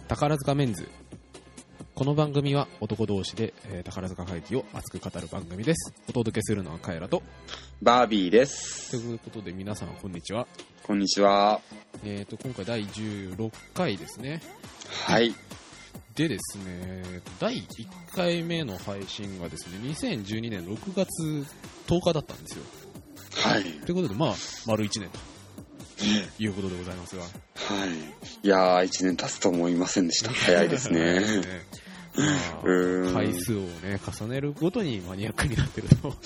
宝塚メンズ。この番組は男同士で、宝塚歌劇を熱く語る番組です。お届けするのはカエラとバービーです。 ということで皆さんこんにちは。 こんにちは。 今回第16回ですね。 はい。 でですね、第1回目の配信がですね、2012年6月10日だったんですよ。 はい。 ということで、まあ、丸1年ということでございますが。 はい。いやー、1年経つと思いませんでした。早いですね。 まあ、回数をね、重ねるごとにマニアックになってると。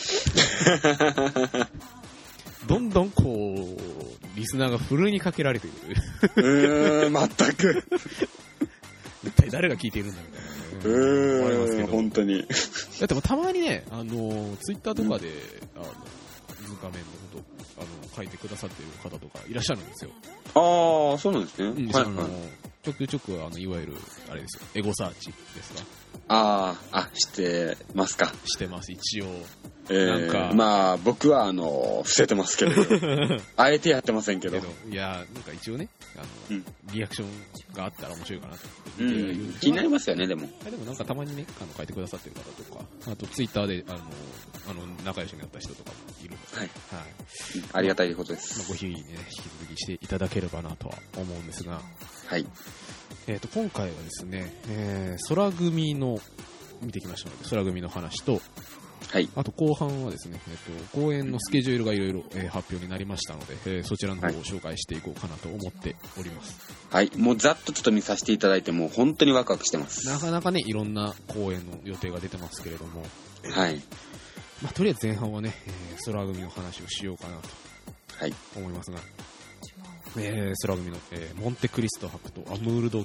どんどんこう、リスナーがふるいにかけられている。 全く。 一体誰が聞いているんだみたいな、ね。思いますけど。 本当に。 だってもたまにね、ツイッターとかで、図画面のこと、書いてくださっている方とかいらっしゃるんですよ。 ああ、そうなんですね。 はいはい。ちょくちょく、いわゆる、あれですよ、エゴサーチですか。 してますか。 してます、一応。 なんかまあ僕は伏せてますけどあえてやってませんけど、 いやなんか一応ねリアクションがあったら面白いかなと、 気になりますよね。でもなんかたまにね書いてくださってる方とか、あとツイッターで仲良しになった人とかもいるので、はいはい、 ありがたいことです。 ごひいきにね引き続きしていただければなとは思うんですが、 はい。 今回はですね、空組の見てきましたので空組の話と、 はい、 あと後半はですね、公演のスケジュールがいろいろ発表になりましたので、そちらの方を紹介していこうかなと思っております。 はい、もうざっとちょっと見させていただいて、もう本当にワクワクしてます。 なかなかね、いろんな公演の予定が出てますけれども、 はい。 まあ、とりあえず前半はね、空組の話をしようかなと思いますが、空組の、モンテクリスト博とアムールド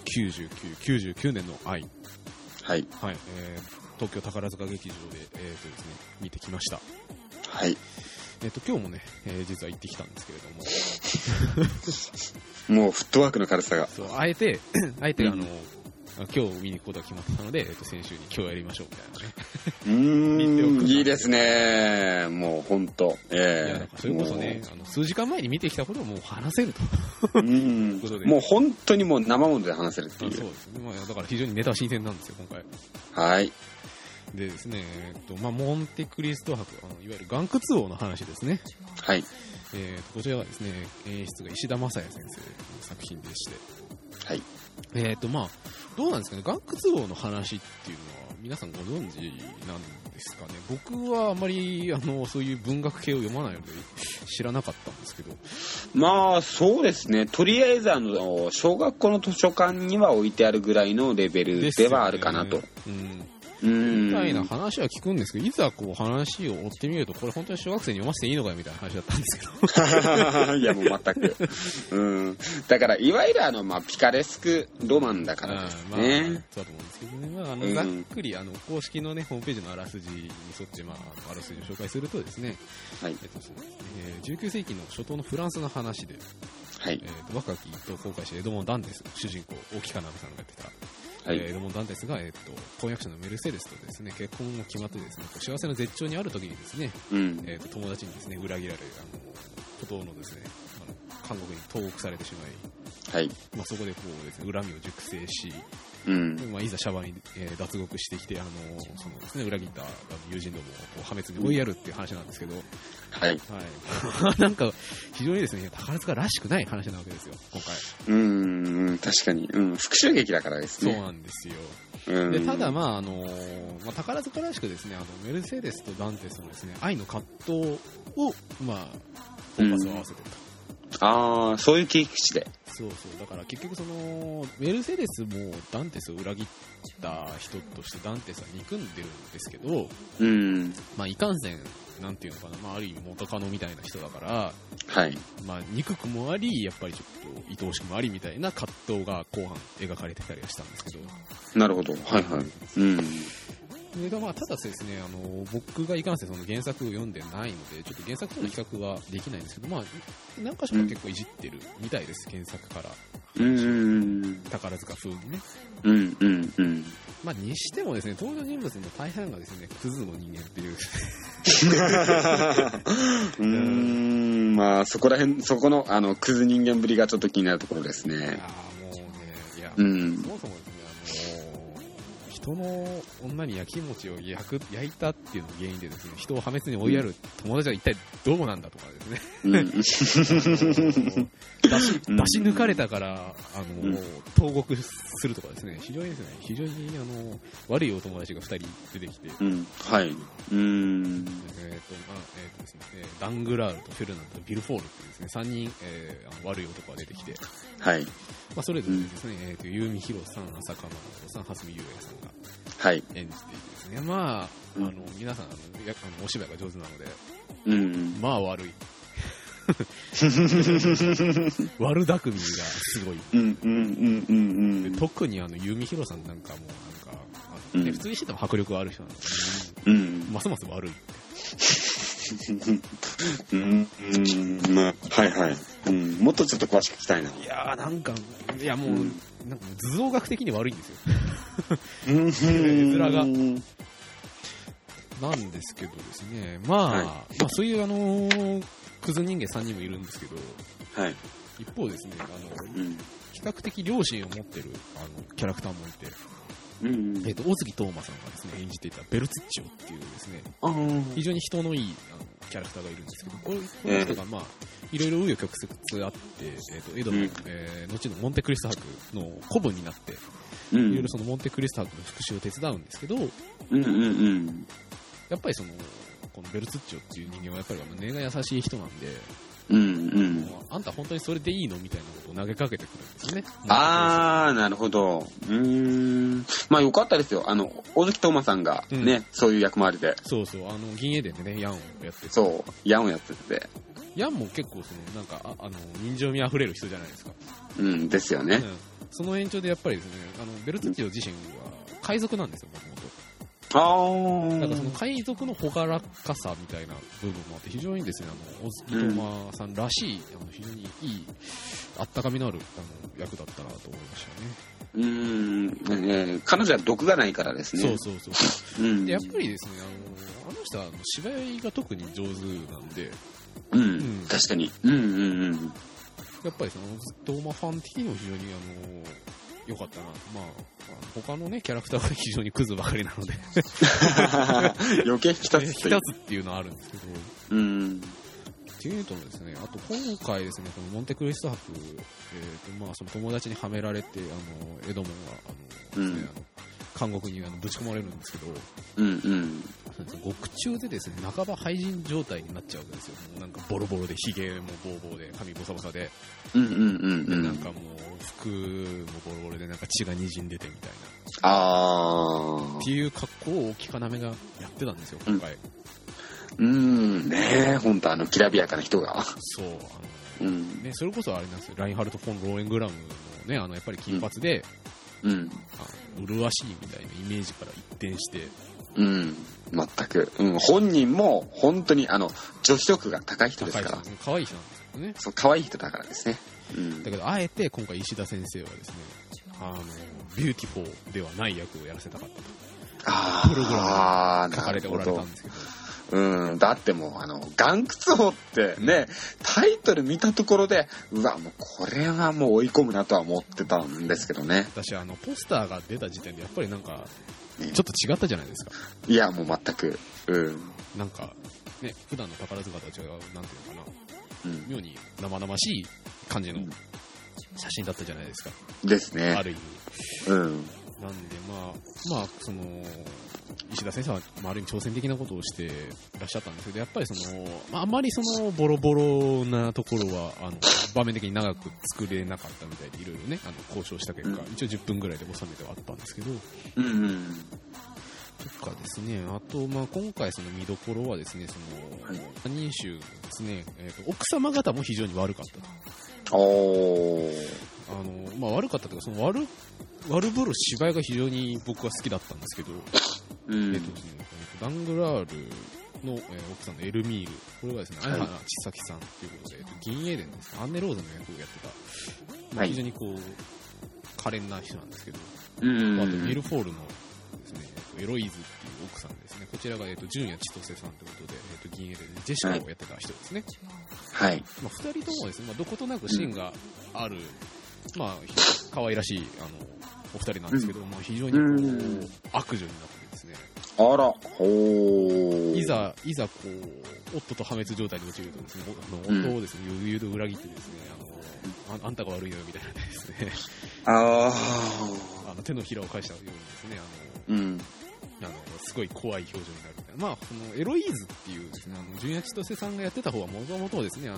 99年の愛。 はい。 はい。東京宝塚劇場で、ですね、見てきました。 はい。 今日もね、実は行ってきたんですけれども。もうフットワークの軽さが。 そう、あえて今日見に行くことが決まったので、先週に今日やりましょうみたいなね。 いいですね。もう本当。 いや、だからそれこそね、数時間前に見てきたことをもう話せると。いうことで。 もう本当にもう生もので話せるっていう。 そうですね。まあ、だから非常にネタは新鮮なんですよ、今回。 はい。 でですね、モンテクリスト博、いわゆる岩窟王の話ですね。 はい。 こちらはですね、演出が石田正也先生の作品でして。 はい。 まあ、どうなんですかね、岩窟王の話っていうのは皆さんご存知なんですかね。僕はあまりそういう文学系を読まないので知らなかったんですけど。 まあそうですね、とりあえず小学校の図書館には置いてあるぐらいのレベルではあるかなと。 みたいな話は聞くんですけど、いざこう話を追ってみると、これ本当に小学生に読ませていいのかよみたいな話だったんですけど。 いやもう全く。だからいわゆるピカレスクロマンだからですね。 そうだと思うんですけどね。ざっくり公式のねホームページのあらすじに沿ってあらすじを紹介するとですね。はい。19世紀の初頭のフランスの話で、はい。若きと航海士エドモン・ダンテスの主人公大木かなめさんがやってた。エドモン・ダンテスが、婚約者のメルセデスとですね、結婚が決まってですね、幸せの絶頂にある時にですね、友達にですね、裏切られ、孤島のですね、韓国に投獄されてしまい、はい。まあ、そこでこうですね、恨みを熟成し、まあ、いざシャバに、脱獄してきて、そのですね、裏切った友人どもを破滅に追いやるっていう話なんですけど、はい。はい。なんか、非常にですね、宝塚らしくない話なわけですよ、今回。 確かに。復讐劇だからですね。 そうなんですよ。で、ただまあ、宝塚らしくですね、メルセデスとダンテスのですね、愛の葛藤を、まあ、フォーカスを合わせてると。 そういう切り口で。 そうそう。だから結局メルセデスもダンテスを裏切った人としてダンテスは憎んでるんですけど、まあいかんせん、なんていうのかな、まあある意味元カノみたいな人だから、はい。まあ憎くもあり、やっぱりちょっと愛おしくもありみたいな葛藤が後半描かれてたりはしたんですけど。 なるほど。はいはい。 まあ、ただですね、僕がいかんせんその原作を読んでないので、ちょっと原作との比較はできないんですけど、まあ、何か所か結構いじってるみたいです、原作から。宝塚風にね。まあ、にしてもですね、登場人物の大半がですね、クズの人間っていう。まあ、そこの、クズ人間ぶりがちょっと気になるところですね。 もうね、いや、 うん。 そもそもですね、人の女に焼き餅を焼いたっていうのが原因でですね、人を破滅に追いやる友達は一体どうなんだとかですね。出し抜かれたから投獄するとかですね、非常に悪いお友達が2人出てきて、 はい。 ですね、ダングラールとフェルナンドとビルフォールってですね、3人、悪い男が出てきて、 はい。 それぞれですね、ユーミヒロさん、浅香誠さん、蓮見優也さんが演じていてですね、皆さんお芝居が上手なので、まあ悪い。悪巧みがすごい。特にユーミヒロさんなんかも普通にしてても迫力がある人なんですけど、ますます悪い。 はいはい。もっとちょっと詳しく聞きたいな。 いやもう、なんか図像学的に悪いんですよ。絵面が。なんですけどですね、そういうクズ人間3人もいるんですけど、一方ですね、比較的良心を持ってるキャラクターもいて、大杉斗真さんがですね演じていたベルツッチオっていうですね、非常に人のいいキャラクターがいるんですけど、この人がいろいろ紆余曲折あって、エドの、後のモンテクリスト博の古文になって、いろいろそのモンテクリスト博の復讐を手伝うんですけど、やっぱりこのベルツッチオっていう人間はやっぱり根が優しい人なんで、あんた本当にそれでいいのみたいなことを投げかけてくるんですよね。 なるほど。よかったですよ。大関斗真さんがね、そういう役回りで。 そうそう、銀英伝でね、ヤンをやってて。 そう、ヤンをやってて。 ヤンも結構人情味あふれる人じゃないですか。 ですよね。 その延長でやっぱりですね、ベルツッチオ自身は海賊なんですよ、もともと。なんかその海賊の朗らかさみたいな部分もあって、非常にですね、大月斗真さんらしい、非常にいい、あったかみのある役だったなと思いましたね。彼女は毒がないからですね。 そう。でやっぱりですね、あの人は芝居が特に上手なんで、 確かに。 やっぱりその斗真ファン的にも非常に良かったな。他のねキャラクターが非常にクズばかりなので余計引き立つっていうのはあるんですけど、っていうとですね、あと今回ですね、このモンテクリスト博、その友達にはめられてエドモンがですね、監獄にぶち込まれるんですけど、獄中でですね、半ば廃人状態になっちゃうわけですよ。もうなんかボロボロで、ヒゲもボーボーで、髪ボサボサで、なんかもう服もボロボロで、なんか血が滲んでてみたいな。っていう格好をキカナメがやってたんですよ、今回。 ねえ、ほんときらびやかな人が。 そう、ね、それこそあれなんですよ、ラインハルト・フォン・ローエングラムのね、やっぱり金髪で、麗しいみたいなイメージから一転して、 全く、本人も本当に女子力が高い人ですから。 可愛い人なんですよね。 そう、可愛い人だからですね。 だけどあえて今回石田先生はですね、ビューティフォーではない役をやらせたかったと。プログラムに書かれておられたんですけど。 だってもう岩窟王ってね、タイトル見たところで、もうこれはもう追い込むなとは思ってたんですけどね。 私ポスターが出た時点でやっぱりなんかちょっと違ったじゃないですか。 いやもう全く、 なんかね、普段の宝塚とは違う、なんていうのかな、妙に生々しい感じの写真だったじゃないですか。 ですね。 ある意味。なんでその石田先生はある意味挑戦的なことをしていらっしゃったんですけど、やっぱりあまりボロボロなところは場面的に長く作れなかったみたいで、いろいろね交渉した結果、一応10分ぐらいで収めてはあったんですけど、とかですね、あと今回見どころはですね、三人衆ですね、奥様方も非常に悪かったと。悪かったというか、悪ぶる芝居が非常に僕は好きだったんですけど、ダングラールの、奥さんのエルミール、これはですね、相原千咲さんということで、銀英伝ですね、アンネローゼの役をやってた、非常に可憐な人なんですけど、あとミルフォールのですね、エロイズっていう奥さんですね、こちらが純也千歳さんということで、銀英伝でジェシカをやってた人ですね。2人ともですね、どことなく芯がある、可愛らしいお二人なんですけど、まあ、非常にこう悪女になってですね、 あら、ほいざこう夫と破滅状態に陥るとですね、夫をですね、悠々と裏切ってですね、あんたが悪いよみたいなですね、手のひらを返したようにですね、すごい怖い表情になるみたいな。まあ、このエロイーズっていうですね、純也千歳さんがやってた方はもともとですね、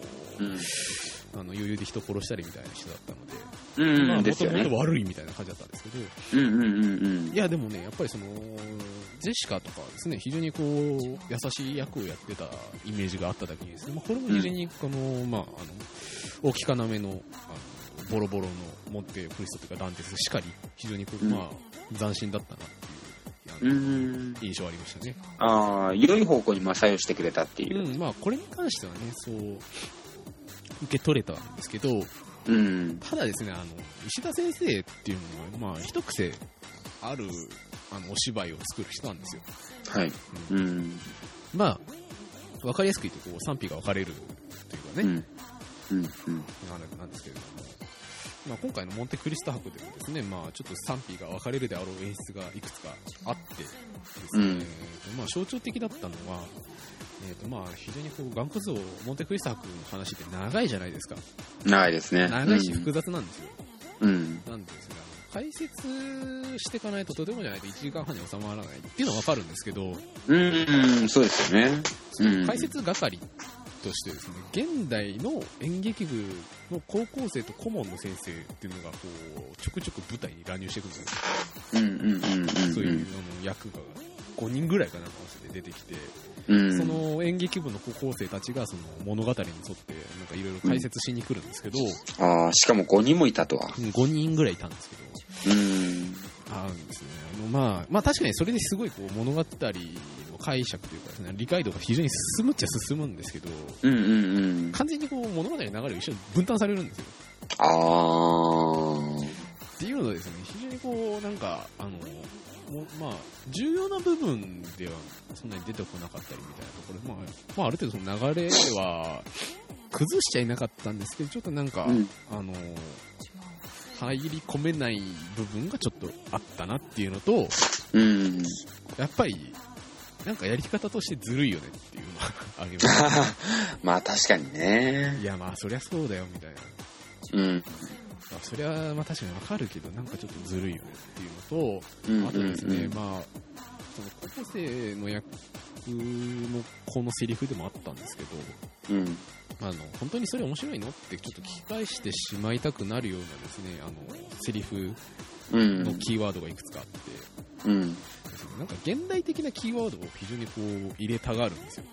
余裕で人殺したりみたいな人だったので、まあ、もともと悪いみたいな感じだったんですけど、いや、でもね、やっぱりその、ジェシカとかはですね、非常にこう、優しい役をやってたイメージがあっただけにですね、まあ、これも非常に、大きかなめの、ボロボロのモンテクリストというかダンテスしかり、非常にこう、まあ、斬新だったなっていう印象ありましたね。 良い方向に作用してくれたっていう。 まあ、これに関してはね、そう、受け取れたんですけど、ただですね、石田先生っていうのは、まあ、一癖ある、お芝居を作る人なんですよ。 はい。 まあ、わかりやすく言うと、こう、賛否が分かれるというかね、なんですけれども、まあ、今回のモンテクリスト博でもですね、まあ、ちょっと賛否が分かれるであろう演出がいくつかあってですね、まあ、象徴的だったのは、まあ、非常にこう、ガンコツ王モンテクリスト博の話って長いじゃないですか。 長いですね。 長いし複雑なんですよ。なんですが、解説していかないととてもじゃないと1時間半に収まらないっていうのは分かるんですけど、 そうですよね。 解説係としてですね、現代の演劇部の高校生と顧問の先生っていうのがこうちょくちょく舞台に乱入してくるんですよ。そういう役が5人ぐらいかなんかで出てきて、その演劇部の高校生たちがその物語に沿ってなんかいろいろ解説しに来るんですけど、 しかも5人もいたとは。 5人ぐらいいたんですけど、ですね、まあ確かにそれですごいこう物語の解釈というかですね、理解度が非常に進むっちゃ進むんですけど、完全にこう物語の流れが一緒に分担されるんですよ。っていうのでですね、非常にこうなんかまあ重要な部分ではそんなに出てこなかったりみたいなところ、まあある程度その流れは崩しちゃいなかったんですけど、ちょっとなんか、入り込めない部分がちょっとあったなっていうのと、やっぱりなんかやり方としてずるいよねっていうのはあります、 まあ確かにね。 いやまあそりゃそうだよみたいな。それはまあ確かにわかるけど、なんかちょっとずるいよねっていうのと、あとですね、まあその高校生の役のこのセリフでもあったんですけど、本当にそれ面白いのってちょっと聞き返してしまいたくなるようなですね、セリフのキーワードがいくつかあって、なんか現代的なキーワードを非常にこう入れたがるんですよ。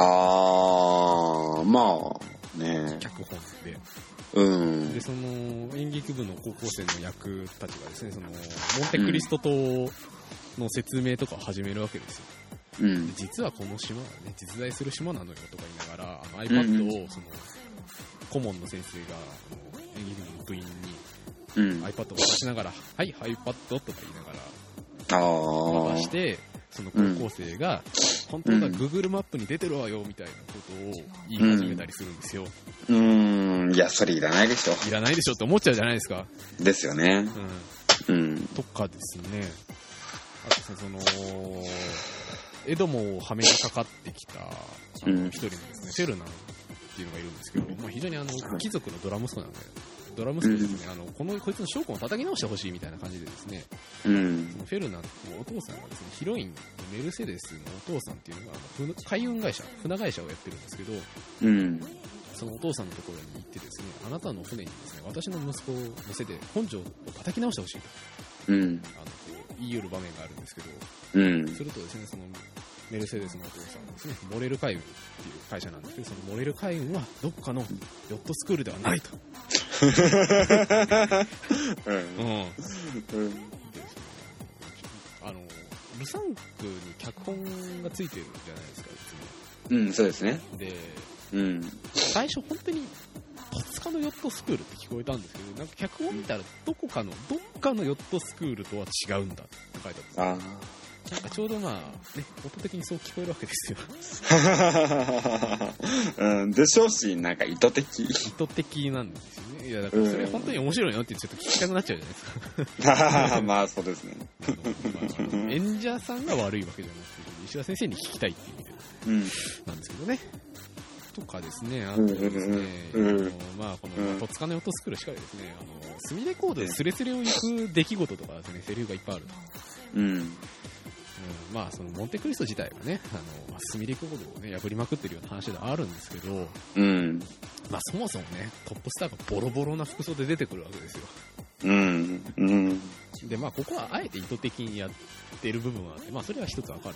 まあね。 脚本で。で、その演劇部の高校生の役たちがですね、そのモンテクリスト島の説明とかを始めるわけですよ。実はこの島はね、実在する島なのよとか言いながら、iPad をその顧問の先生が演劇部の部員に iPad を渡しながら、はい iPad とか言いながら渡して、その高校生が本当だ Google マップに出てるわよみたいなことを言い始めたりするんですよ。 いやそれいらないでしょ。 いらないでしょって思っちゃうじゃないですか。 ですよね。 とかですね。あとですね、そのエドモをはめにかかってきた一人のですね、フェルナンっていうのがいるんですけど、まあ、非常に貴族のドラ息子なんで、ドラ息子ですね、こいつの将校を叩き直してほしいみたいな感じでですね、そのフェルナンのお父さんがですね、ヒロインのメルセデスのお父さんっていうのが海運会社、船会社をやってるんですけど、そのお父さんのところに行ってですね、あなたの船にですね、私の息子を乗せて本庄を叩き直してほしいと、言い寄る場面があるんですけど、するとですね、そのメルセデスのお父さんはですね、モレル海運っていう会社なんですけど、そのモレル海運はどこかのヨットスクールではないと。ルサンクに脚本がついてるじゃないですか、いつも。 そうですね。 で、最初本当に戸塚のヨットスクールって聞こえたんですけど、なんか脚本見たらどっかのヨットスクールとは違うんだって書いてあったんですよ。なんかちょうどまあ、ね、音的にそう聞こえるわけですよ。 でしょうし、なんか意図的なんですよね。 いやだからそれ本当に面白いのってちょっと聞きたくなっちゃうじゃないですか。 まあそうですね。 演者さんが悪いわけじゃなくて、石田先生に聞きたいっていう意味でなんですけどね。とかですね、あとですね、まあこの戸塚の音スクールしかりですね、スミレコードでスレスレを行く出来事とかですね、セリフがいっぱいあると。まあそのモンテクリスト自体がね、スミレコードをね破りまくってるような話ではあるんですけど、まあそもそもねトップスターがボロボロな服装で出てくるわけですよ。でまあここはあえて意図的にやってる部分はあって、まあそれは一つわかる。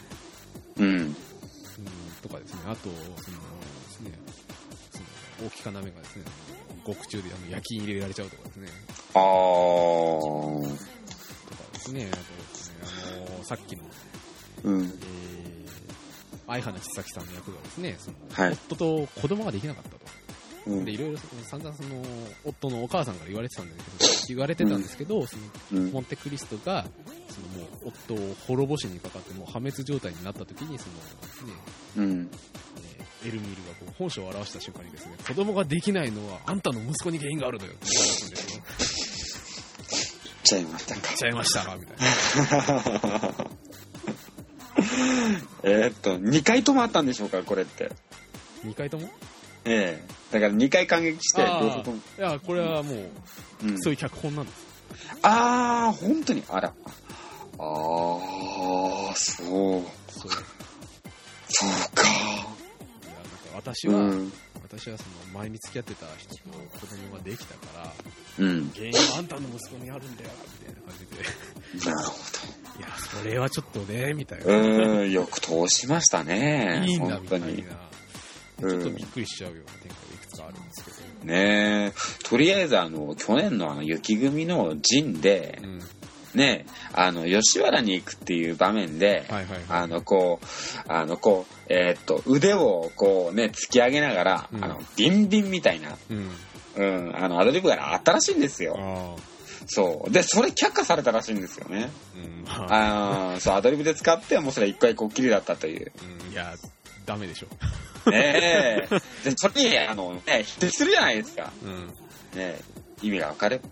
とかですね、あとそのですね、その大きかなめがですね、獄中で焼き入れられちゃうとかですね。とかですね、あとですね、さっきの相花千咲さんの役がですね、その夫と子供ができなかったと。でいろいろ散々その夫のお母さんから言われてたんですけど、そのモンテクリストがそのもう夫を滅ぼしにかかってもう破滅状態になった時にそのですね、エルミールがこう本性を表した瞬間にですね、子供ができないのはあんたの息子に原因があるのよって言われたんですよ。 言っちゃいましたか。 言っちゃいましたかみたいな。 2回ともあったんでしょうかこれって。 2回とも？ だから2回感激して両方とも。 いやこれはもう、そういう脚本なんです。 本当にあら。そうか。 いやなんか私はその前に付き合ってた人と子供ができたから、原因はあんたの息子にあるんだよみたいな感じで。なるほど。いやそれはちょっとねみたいな。 よく通しましたね。 いいんだみたいな。ちょっとびっくりしちゃうような展開がいくつかあるんですけど。 ねえ。とりあえず去年の雪組の陣で、ね、吉原に行くっていう場面で、腕をこうね、突き上げながら、ビンビンみたいな、アドリブがあったらしいんですよ。そう。で、それ却下されたらしいんですよね。そう、アドリブで使って、もうそれ一回こっきりだったという。 いや、ダメでしょ。 で、それに、否定するじゃないですか。意味が分かれば。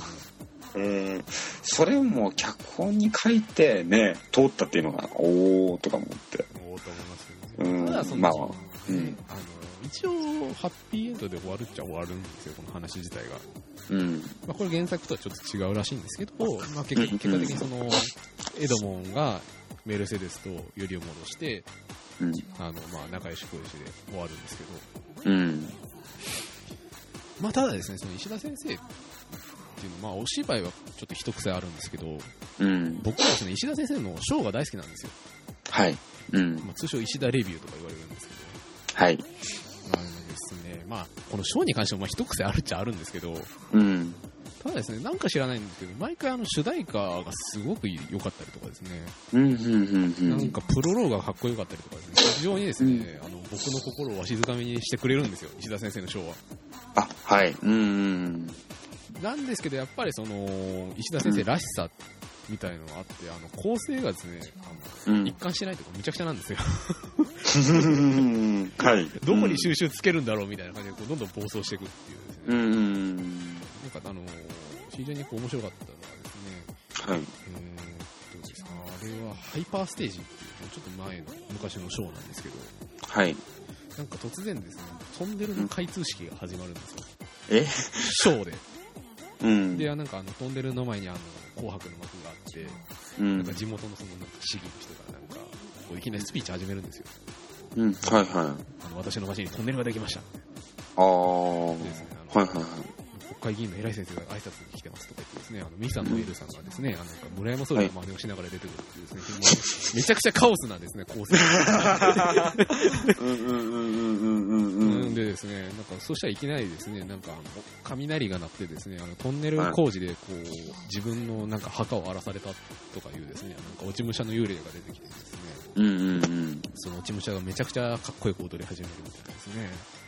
それをもう脚本に書いてね通ったっていうのがおーとか思ってと思いますけどね。ただその、一応ハッピーエンドで終わるっちゃ終わるんですよこの話自体が。これ原作とはちょっと違うらしいんですけど、結果的にそのエドモンがメルセデスとよりを戻して、仲良し恋しで終わるんですけど、ただですねその石田先生っていうのお芝居はちょっと一癖あるんですけど、僕はですね石田先生のショーが大好きなんですよ。通称石田レビューとか言われるんですけど、ですね、このショーに関しても一癖あるっちゃあるんですけど、ただですねなんか知らないんですけど毎回主題歌がすごく良かったりとかですね、なんかプロローグがかっこよかったりとかですね、非常にですね、僕の心をわしづかみにしてくれるんですよ石田先生のショーは。なんですけどやっぱりその石田先生らしさみたいのがあって、構成がですね一貫してないというかむちゃくちゃなんですよ。どこに収集つけるんだろうみたいな感じでどんどん暴走していくっていうですね。なんか非常に面白かったのはですね、どうですか、あれはハイパーステージっていうちょっと前の昔のショーなんですけど、なんか突然ですねトンネルの開通式が始まるんですよ。ショーで。でなんかトンネルの前に紅白の幕があって、なんか地元のそのなんか市議の人がなんかこういきなりスピーチ始めるんですよ。私の町にトンネルができました。ですね、国会議員の偉い先生が挨拶に来てますとか言ってですね、ミサのエルさんがですね、なんか村山総理の真似をしながら出てくるっていうですね、めちゃくちゃカオスなんですね、構成。でですね、なんかそうしたらいきなりですね、なんか雷が鳴ってですね、トンネル工事でこう自分のなんか墓を荒らされたとかいうですね、なんか落ち武者の幽霊が出てきてですね、その落ち武者がめちゃくちゃかっこよく踊り始めるみたいなですね。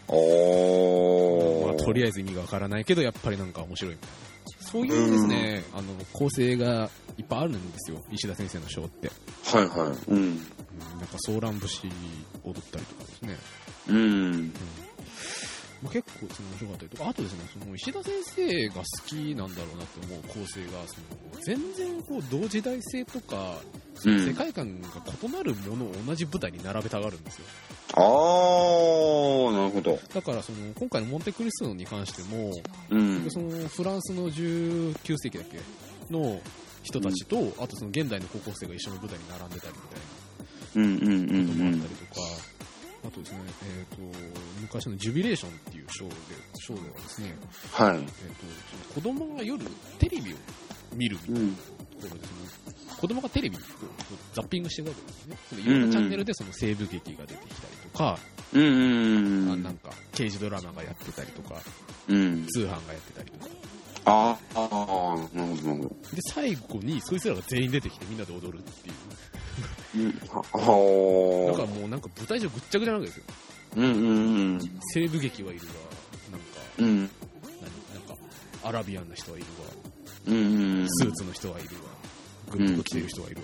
とりあえず意味がわからないけどやっぱりなんか面白いみたいな、そういうですね、構成がいっぱいあるんですよ石田先生のショーって。なんかソーラン節踊ったりとかですね。 まあ、結構面白かったりとか、あとですね、その石田先生が好きなんだろうなって思う構成が、全然こう同時代性とか、その世界観が異なるものを同じ舞台に並べたがるんですよ。 あー、なるほど。 だから今回のモンテクリストに関しても、そのフランスの19世紀だっけの人たちと、あとその現代の高校生が一緒の舞台に並んでたりみたいなこともあったりとか、あとですね、昔のジュビレーションっていうショーではですね、 はい。 子供が夜テレビを見るみたいなところで、子供がテレビをザッピングしてるわけですね。いろんなチャンネルでその西部劇が出てきたりとか、なんか刑事ドラマがやってたりとか、通販がやってたりとか。 なるほど。 で、最後にそいつらが全員出てきてみんなで踊るっていう。だからもうなんか舞台上ぐっちゃぐちゃなわけですよ。西部劇はいるわ、なんかアラビアンな人はいるわ、スーツの人はいるわ、グッと着てる人はいる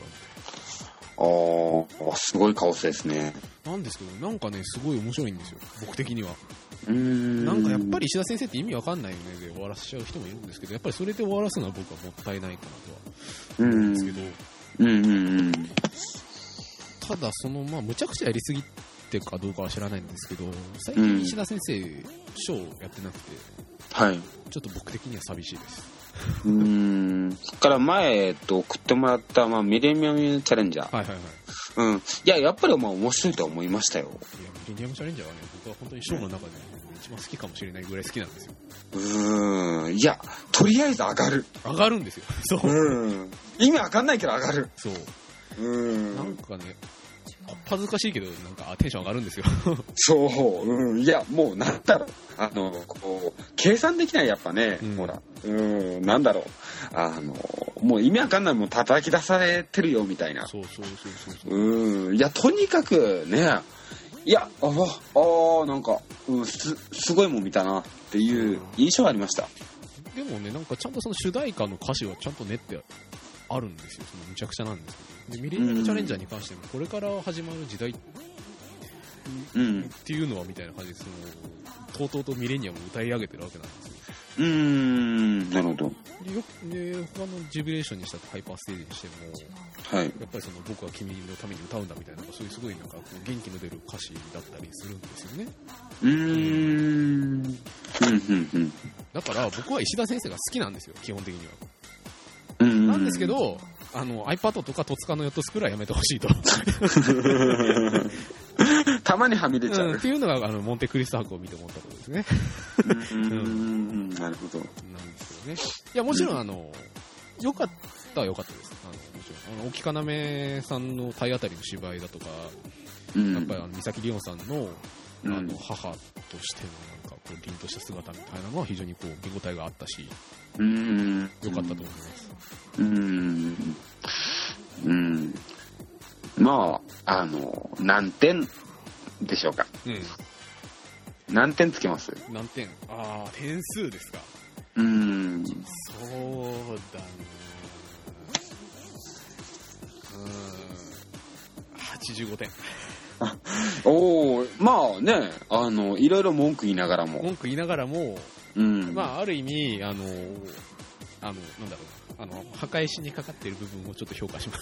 わ。 すごいカオスですね。 なんですけど、なんかね、すごい面白いんですよ、僕的には。なんかやっぱり石田先生って意味わかんないよねで終わらせちゃう人もいるんですけど、やっぱりそれで終わらすのは僕はもったいないかなとは思うんですけど、ただむちゃくちゃやりすぎてかどうかは知らないんですけど、最近石田先生ショーやってなくて、ちょっと僕的には寂しいです。 そっから前、送ってもらった、ミレニアムチャレンジャー。いや、やっぱり面白いと思いましたよ。 いや、ミレニアムチャレンジャーはね、僕は本当にショーの中で、一番好きかもしれないぐらい好きなんですよ。 いや、とりあえず上がる。 上がるんですよ。そう。 意味わかんないけど上がる。 そう。なんかね、恥ずかしいけど、なんかテンション上がるんですよ。 そう、いや、もうなんだろう、計算できない、やっぱね、ほら、なんだろう、もう意味わかんないもん叩き出されてるよみたいな。 そう。 いや、とにかくね、いや、なんか、すごいもん見たなっていう印象がありました。 でもね、なんかちゃんとその主題歌の歌詞はちゃんと練ってあるんですよ。むちゃくちゃなんですけど。でミレニアムチャレンジャーに関しても、これから始まる時代っていうのはみたいな感じで、とうとうとミレニアムを歌い上げてるわけなんですよ。 なるほど。 で、他のジュビレーションにしたってハイパーステージにしても、やっぱり僕は君のために歌うんだみたいな、そういうすごいなんか元気の出る歌詞だったりするんですよね。だから僕は石田先生が好きなんですよ、基本的には。なんですけど、iPad とか戸塚の4つくらいやめてほしいと。 たまにはみ出ちゃう。 っていうのがモンテクリスト博を見て思ったことですね。 なるほど。 なんですけどね。いや、もちろん良かったは良かったです。もちろん沖要さんの体当たりの芝居だとか、やっぱり三崎莉音さんの母としてのなんか凛とした姿みたいなのは非常に見応えがあったし、良かったと思います。 何点でしょうか。何点つけます？ 何点？点数ですか。そうだね。85点。 まあね、いろいろ文句言いながらも、 ある意味なんだろうな、墓石にかかっている部分をちょっと評価します。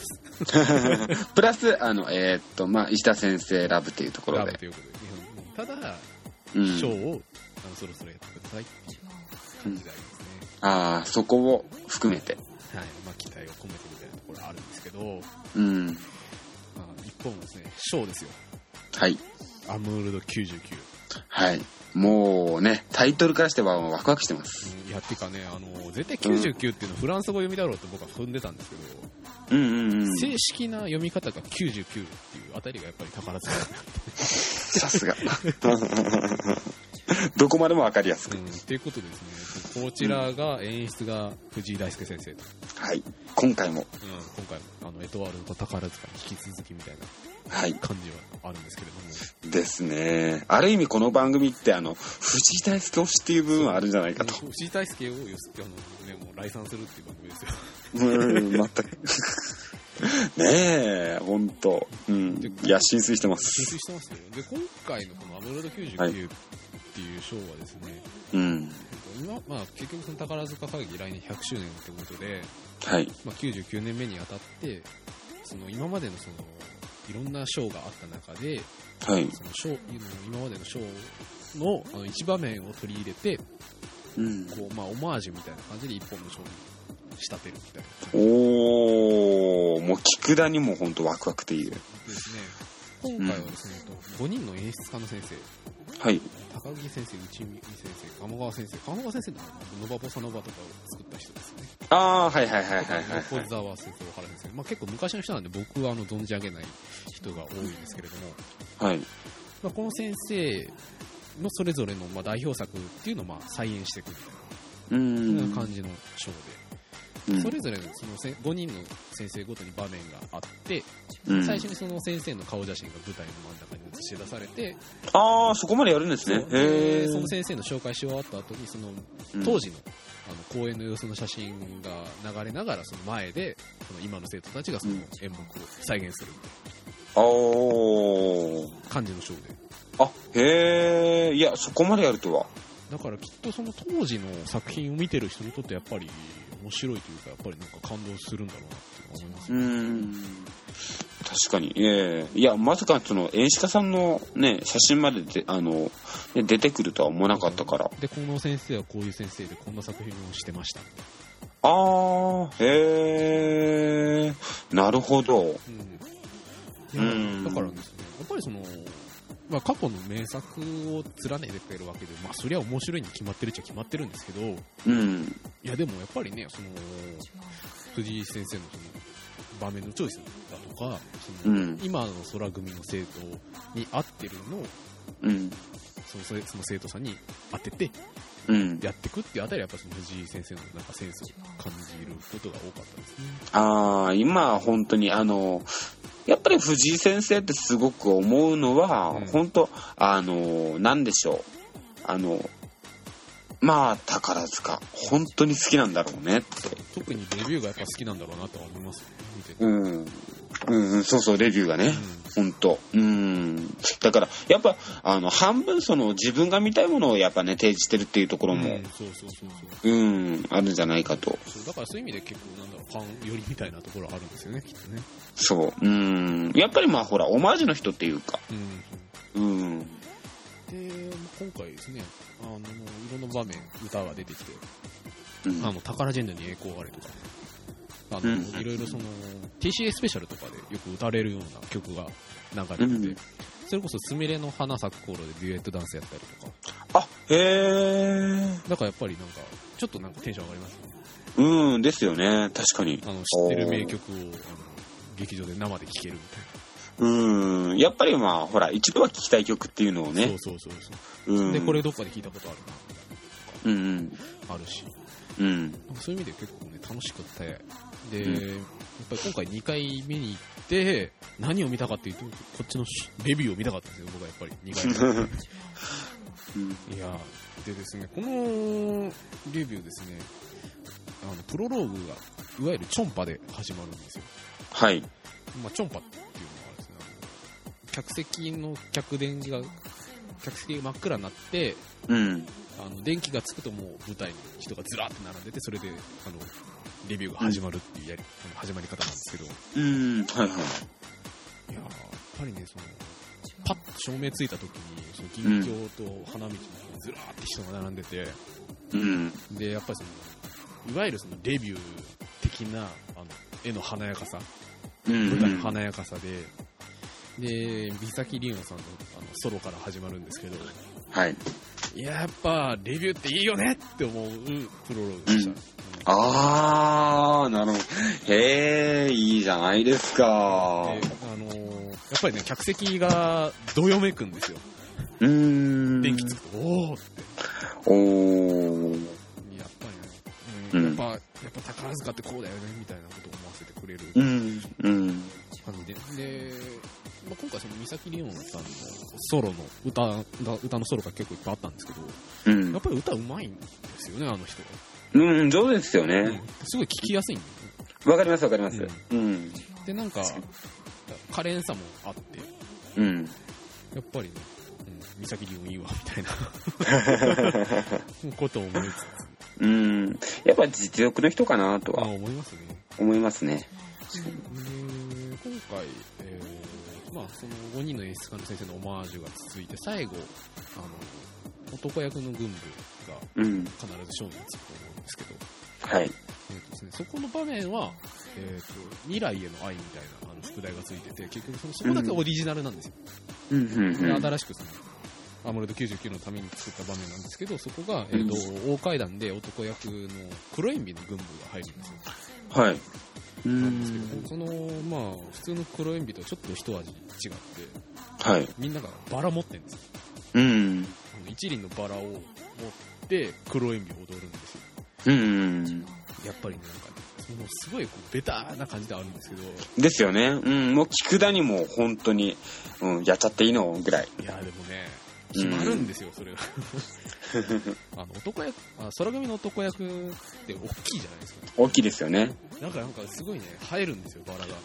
プラス石田先生ラブというところで。 ラブということで、ただショーをそろそろやってくださいっていう感じでありますね。 そこを含めて、 期待を込めてみたいなところあるんですけど、一方のですね、ショーですよ。アムールド99。 もうね、タイトルからしてはワクワクしてます。 いや、っていうかね、絶対99っていうのはフランス語読みだろうと僕は踏んでたんですけど、正式な読み方が99っていうあたりがやっぱり宝塚さすが。どこまでも分かりやすく。 っていうことですね、こちらが演出が藤井大輔先生と。 今回もエトワールド宝塚に引き続きみたいな感じはあるんですけれども。 ですね。ある意味この番組って藤井大輔推しっていう部分はあるんじゃないかと。 藤井大輔をもう来賛するっていう番組ですよ。 全く。ねえ、ほんと。いや、浸水してます。 浸水してますよ。で、今回のこのアムロード99っっていう賞はですね、 今結局その宝塚歌劇来年100周年ということで、 はい 99年目にあたってその今までのそのいろんな賞があった中で、 はい、 その賞今までの賞の一場面を取り入れて、こうオマージュみたいな感じで一本の賞に仕立てるみたいな。 おー、もう聞くだにも本当ワクワクっていう。 ですね。今回はですね、5人の演出家の先生、 はい、 高木先生、内海先生、鴨川先生ってノバボサノバとかを作った人ですね。 はい。 横澤先生、小原先生、結構昔の人なんで僕は存じ上げない人が多いんですけれども、 はい、 この先生のそれぞれの代表作っていうのを再演していくみたいな、そんな感じのショーで、それぞれのその5人の先生ごとに場面があって、最初にその先生の顔写真が舞台の真ん中に映し出されて、 そこまでやるんですね。 でその先生の紹介し終わった後にその当時の公演の様子の写真が流れながら、その前でその今の生徒たちがその演目を再現するみたいな感じのショーで。 へえ、いやそこまでやるとは。 だからきっとその当時の作品を見てる人にとってやっぱり面白いというか、やっぱりなんか感動するんだろうなって思いますね。 確かに。いやまさかその演出家さんのね写真まで出てくるとは思わなかったから。 でこの先生はこういう先生でこんな作品をしてました。 へえ、なるほど。 だからですね、やっぱりその過去の名作を連ねてるわけで、そりゃ面白いに決まってるっちゃ決まってるんですけど、いやでもやっぱりね、その藤井先生のその場面のチョイスだとか、その今の空組の生徒に合ってるのを、その生徒さんに当ててやっていくっていうあたりはやっぱその藤井先生のなんかセンスを感じることが多かったですね。 今本当にやっぱり藤井先生ってすごく思うのは、本当なんでしょう、宝塚本当に好きなんだろうねって。 特にレビューがやっぱ好きなんだろうなとは思いますね、見てて。 そうレビューがね、本当。だからやっぱ半分その自分が見たいものをやっぱね提示してるっていうところもあるんじゃないかと。 だからそういう意味で結構ファン寄りみたいなところあるんですよね、きっとね。 そうやっぱりほらオマージュの人っていうか。 で今回ですね、いろんな場面歌が出てきて、タカラジェンヌに栄光があれとか、いろいろその TCA スペシャルとかでよく歌われるような曲が流れてて、それこそスミレの花咲く頃でデュエットダンスやったりとか。だからやっぱりなんかちょっとなんかテンション上がりますよね。 ですよね、確かに。 知ってる名曲を劇場で生で聴けるみたいな。 やっぱりほら一度は聴きたい曲っていうのをね。 そうでこれどっかで聴いたことあるなあるし、そういう意味で結構ね楽しくて、で、やっぱり今回2回見に行って何を見たかっていうと、こっちのレビューを見たかったんですよ、僕はやっぱり2回目いやでですね、このレビューですね、プロローグがいわゆるチョンパで始まるんですよ。 はい。 チョンパっていうのはですね、客席が真っ暗になって、電気がつくともう舞台に人がずらーって並んでて、それでレビューが始まるっていう始まり方なんですけど、いややっぱりね、そのパッと照明ついた時にその銀鏡と花道にずらーって人が並んでて、でやっぱりそのいわゆるそのレビュー的な絵の華やかさ、舞台の華やかさで三崎りおさんのソロから始まるんですけど、いややっぱレビューっていいよねって思うプロローグでした。 なるほど。いいじゃないですか。 やっぱりね、客席がどよめくんですよ。電気つくとおーって。やっぱりね、やっぱ宝塚ってこうだよねみたいなことを思わせてくれる感じで、今回その三崎りおさんのソロの歌のソロが結構いっぱいあったんですけど、やっぱり歌うまいんですよね、あの人が。 上手ですよね。 すごい聞きやすいんだよね。わかります。 でなんか可憐さもあって、やっぱりね、 三崎でもいいわみたいなことを思いつつ、やっぱ実力の人かなとは思いますね。 思いますね。 今回、まあその5人の演出家の先生のオマージュが続いて、最後男役の軍部が必ずショーに移ると思うんですけど、 はい。 ですね、そこの場面は、未来への愛みたいな副題がついてて、結局そこだけオリジナルなんですよ。新しくそのアーモルド99のために作った場面なんですけど、そこが、大階段で男役の黒エンビの軍部が入るんですよ。 はい。 なんですけど、そのまあ普通の黒エンビとちょっと一味違って、 はい。 みんながバラ持ってるんですよ。一輪のバラを持って黒エンビを踊るんですよ。やっぱりね、なんかね、もうすごいベターな感じであるんですけど。ですよね。もう菊田にも本当に、やっちゃっていいのぐらい。 いやでもね、決まるんですよ、それが。男役、空組の男役って大きいじゃないですか。 大きいですよね。 なんかすごいね、映えるんですよ、バラが。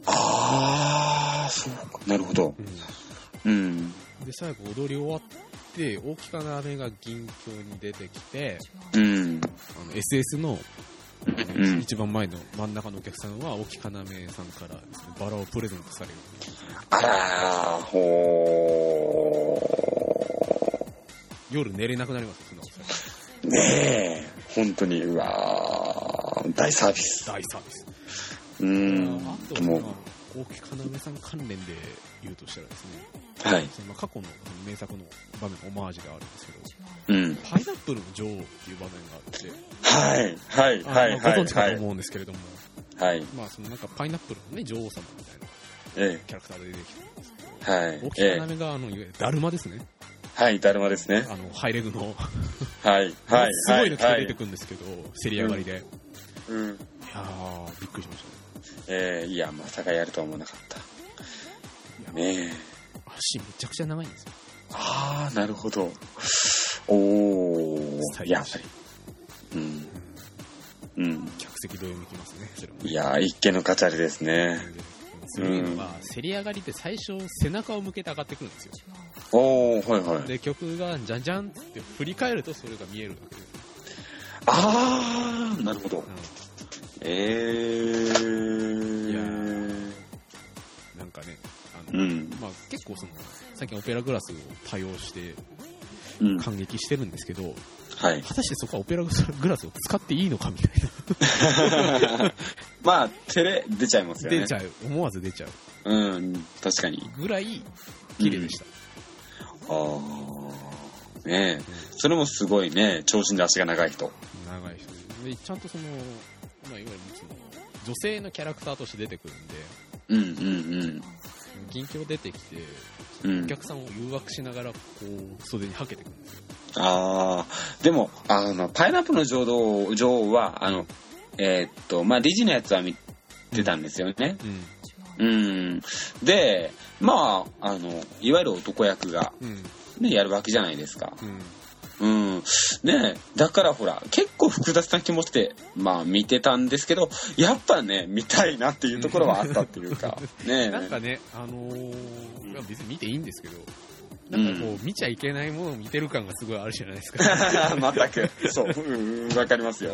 そうか、なるほど。 で、最後踊り終わって、大きかな飴が銀鏡に出てきて、SS の、一番前の真ん中のお客さんは大きかなめさんからですね、バラをプレゼントされる。 あらー、 夜寝れなくなりますよ、そんなねえ、本当に、うわー、大サービス。 大サービス。あと、大木かなめさん関連で言うとしたらですね、 はい、 その過去の名作の場面、オマージュがあるんですけど、パイナップルの女王っていう場面があって、ご存知かと思うんですけれども、まあそのなんかパイナップルのね、女王様みたいなキャラクターで出てきてるんですけど、大木かなめがいわゆるだるまですね。 はい、だるまですね。 ハイレグのすごいの着て出てくるんですけど、競り上がりで。いやー、びっくりしましたね。 いや、まさかやるとは思わなかった。ねえ。 足めちゃくちゃ長いんですよ。 なるほど。やっぱり。 客席同様に来ますね、それも。 いやー、一見の価値ありですね。 そういうのが、競り上がりって最初背中を向けて上がってくるんですよ。で、曲がじゃんじゃんって振り返るとそれが見えるわけです。 なるほど。いやなんかね、まあ結構その、最近オペラグラスを多用して感激してるんですけど、果たしてそこはオペラグラスを使っていいのかみたいな。 まあ、照れ出ちゃいますよね。 出ちゃう。思わず出ちゃう。 確かに。 ぐらい、綺麗でした。 ねえ、それもすごいね、長身で足が長い人。 長い人で、ちゃんとその、まあ、いわゆるその、女性のキャラクターとして出てくるんで、銀鏡出てきて、お客さんを誘惑しながら、こう、袖にはけてくるんですよ。 でも、パイナップルの女王は、まあ、ディズニーのやつは見てたんですよね。で、まあ、いわゆる男役が、ね、やるわけじゃないですか。ね、だからほら、結構複雑な気持ちで、まあ見てたんですけど、やっぱね、見たいなっていうところはあったっていうか、ね。 なんかね、別に見ていいんですけど、なんかこう、見ちゃいけないものを見てる感がすごいあるじゃないですか。 全く。そう。わかりますよ。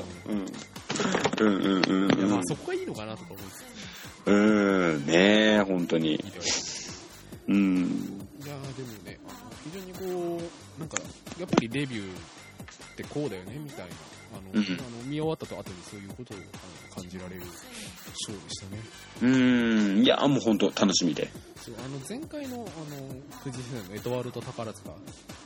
まあそこがいいのかなとか思うんですねえ、本当に。 いや、でもね、非常にこう、なんか、やっぱりレビューってこうだよね、みたいな。見終わったと後にそういうことを感じられるショーでしたね。 いや、もう本当楽しみで。 そう、前回の、藤井先生のエドワルド宝塚は、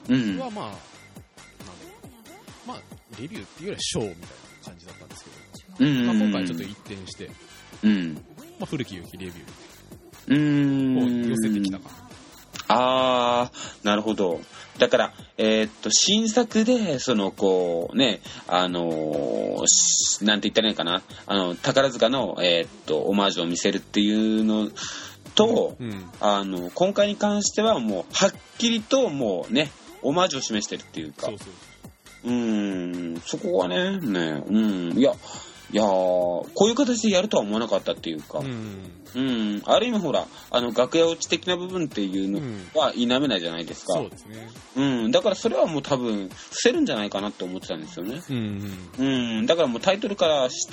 まあ、レビューっていうよりはショーみたいな感じだったんですけど、今回ちょっと一転して、まあ、古き良きレビューを寄せてきたかな。なるほど。だから、新作で、その、こう、ね、なんて言ったらいいのかな、宝塚の、オマージュを見せるっていうのと、今回に関してはもう、はっきりともうね、オマージュを示してるっていうか、そこはね、いや、 いやー、こういう形でやるとは思わなかったっていうか、ある意味ほら、楽屋落ち的な部分っていうのは否めないじゃないですか。 そうですね。 だからそれはもう多分、伏せるんじゃないかなって思ってたんですよね。だからもうタイトルからして、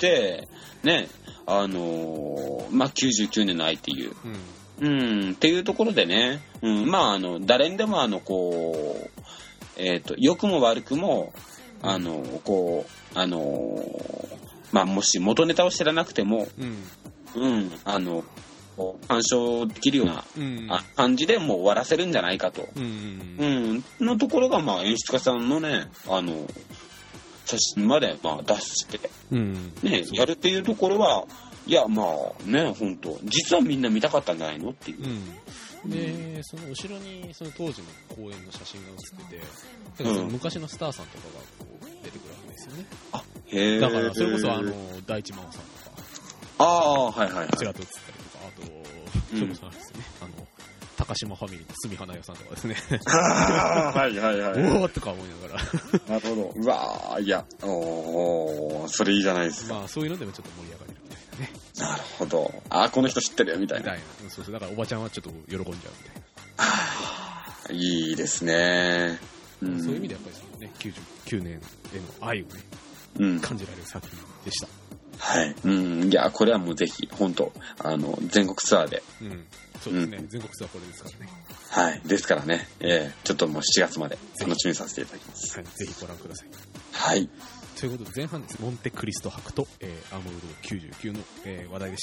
ね、99年の愛っていう、っていうところでね、誰にでも良くも悪くも、もし元ネタを知らなくても、鑑賞できるような、感じでもう終わらせるんじゃないかと。のところが、演出家さんのね、写真まで、出して、やるっていうところは、いや、本当実はみんな見たかったんじゃないのっていう。 で、その後ろにその当時の公演の写真が写ってて、昔のスターさんとかがこう出てくるわけですよね。 へー。 だからそれこそ大地真央さんとか、 はいはいはい。 ちらっと写ったりとか、あと、それこそですね、高島ファミリーの住花屋さんとかですね。 はいはいはい。 おーとか思いながら。 なるほど。うわー、いや、それいいじゃないですか。 そういうのでもちょっと盛り上がれるみたいなね。 なるほど。この人知ってるよみたいな。 そうだからおばちゃんはちょっと喜んじゃうみたいな。 いいですね。 そういう意味でやっぱりそのね、99年への愛をね、感じられる作品でした。 はい。いや、これはもうぜひ、本当全国ツアーで。 そうですね、全国ツアーこれですからね。 はい。ですからね、ちょっともう7月まで楽しみにさせていただきます。 はい。ぜひご覧ください。 はい。 ということで前半です。モンテクリスト博と、アーモルド99の、話題でした。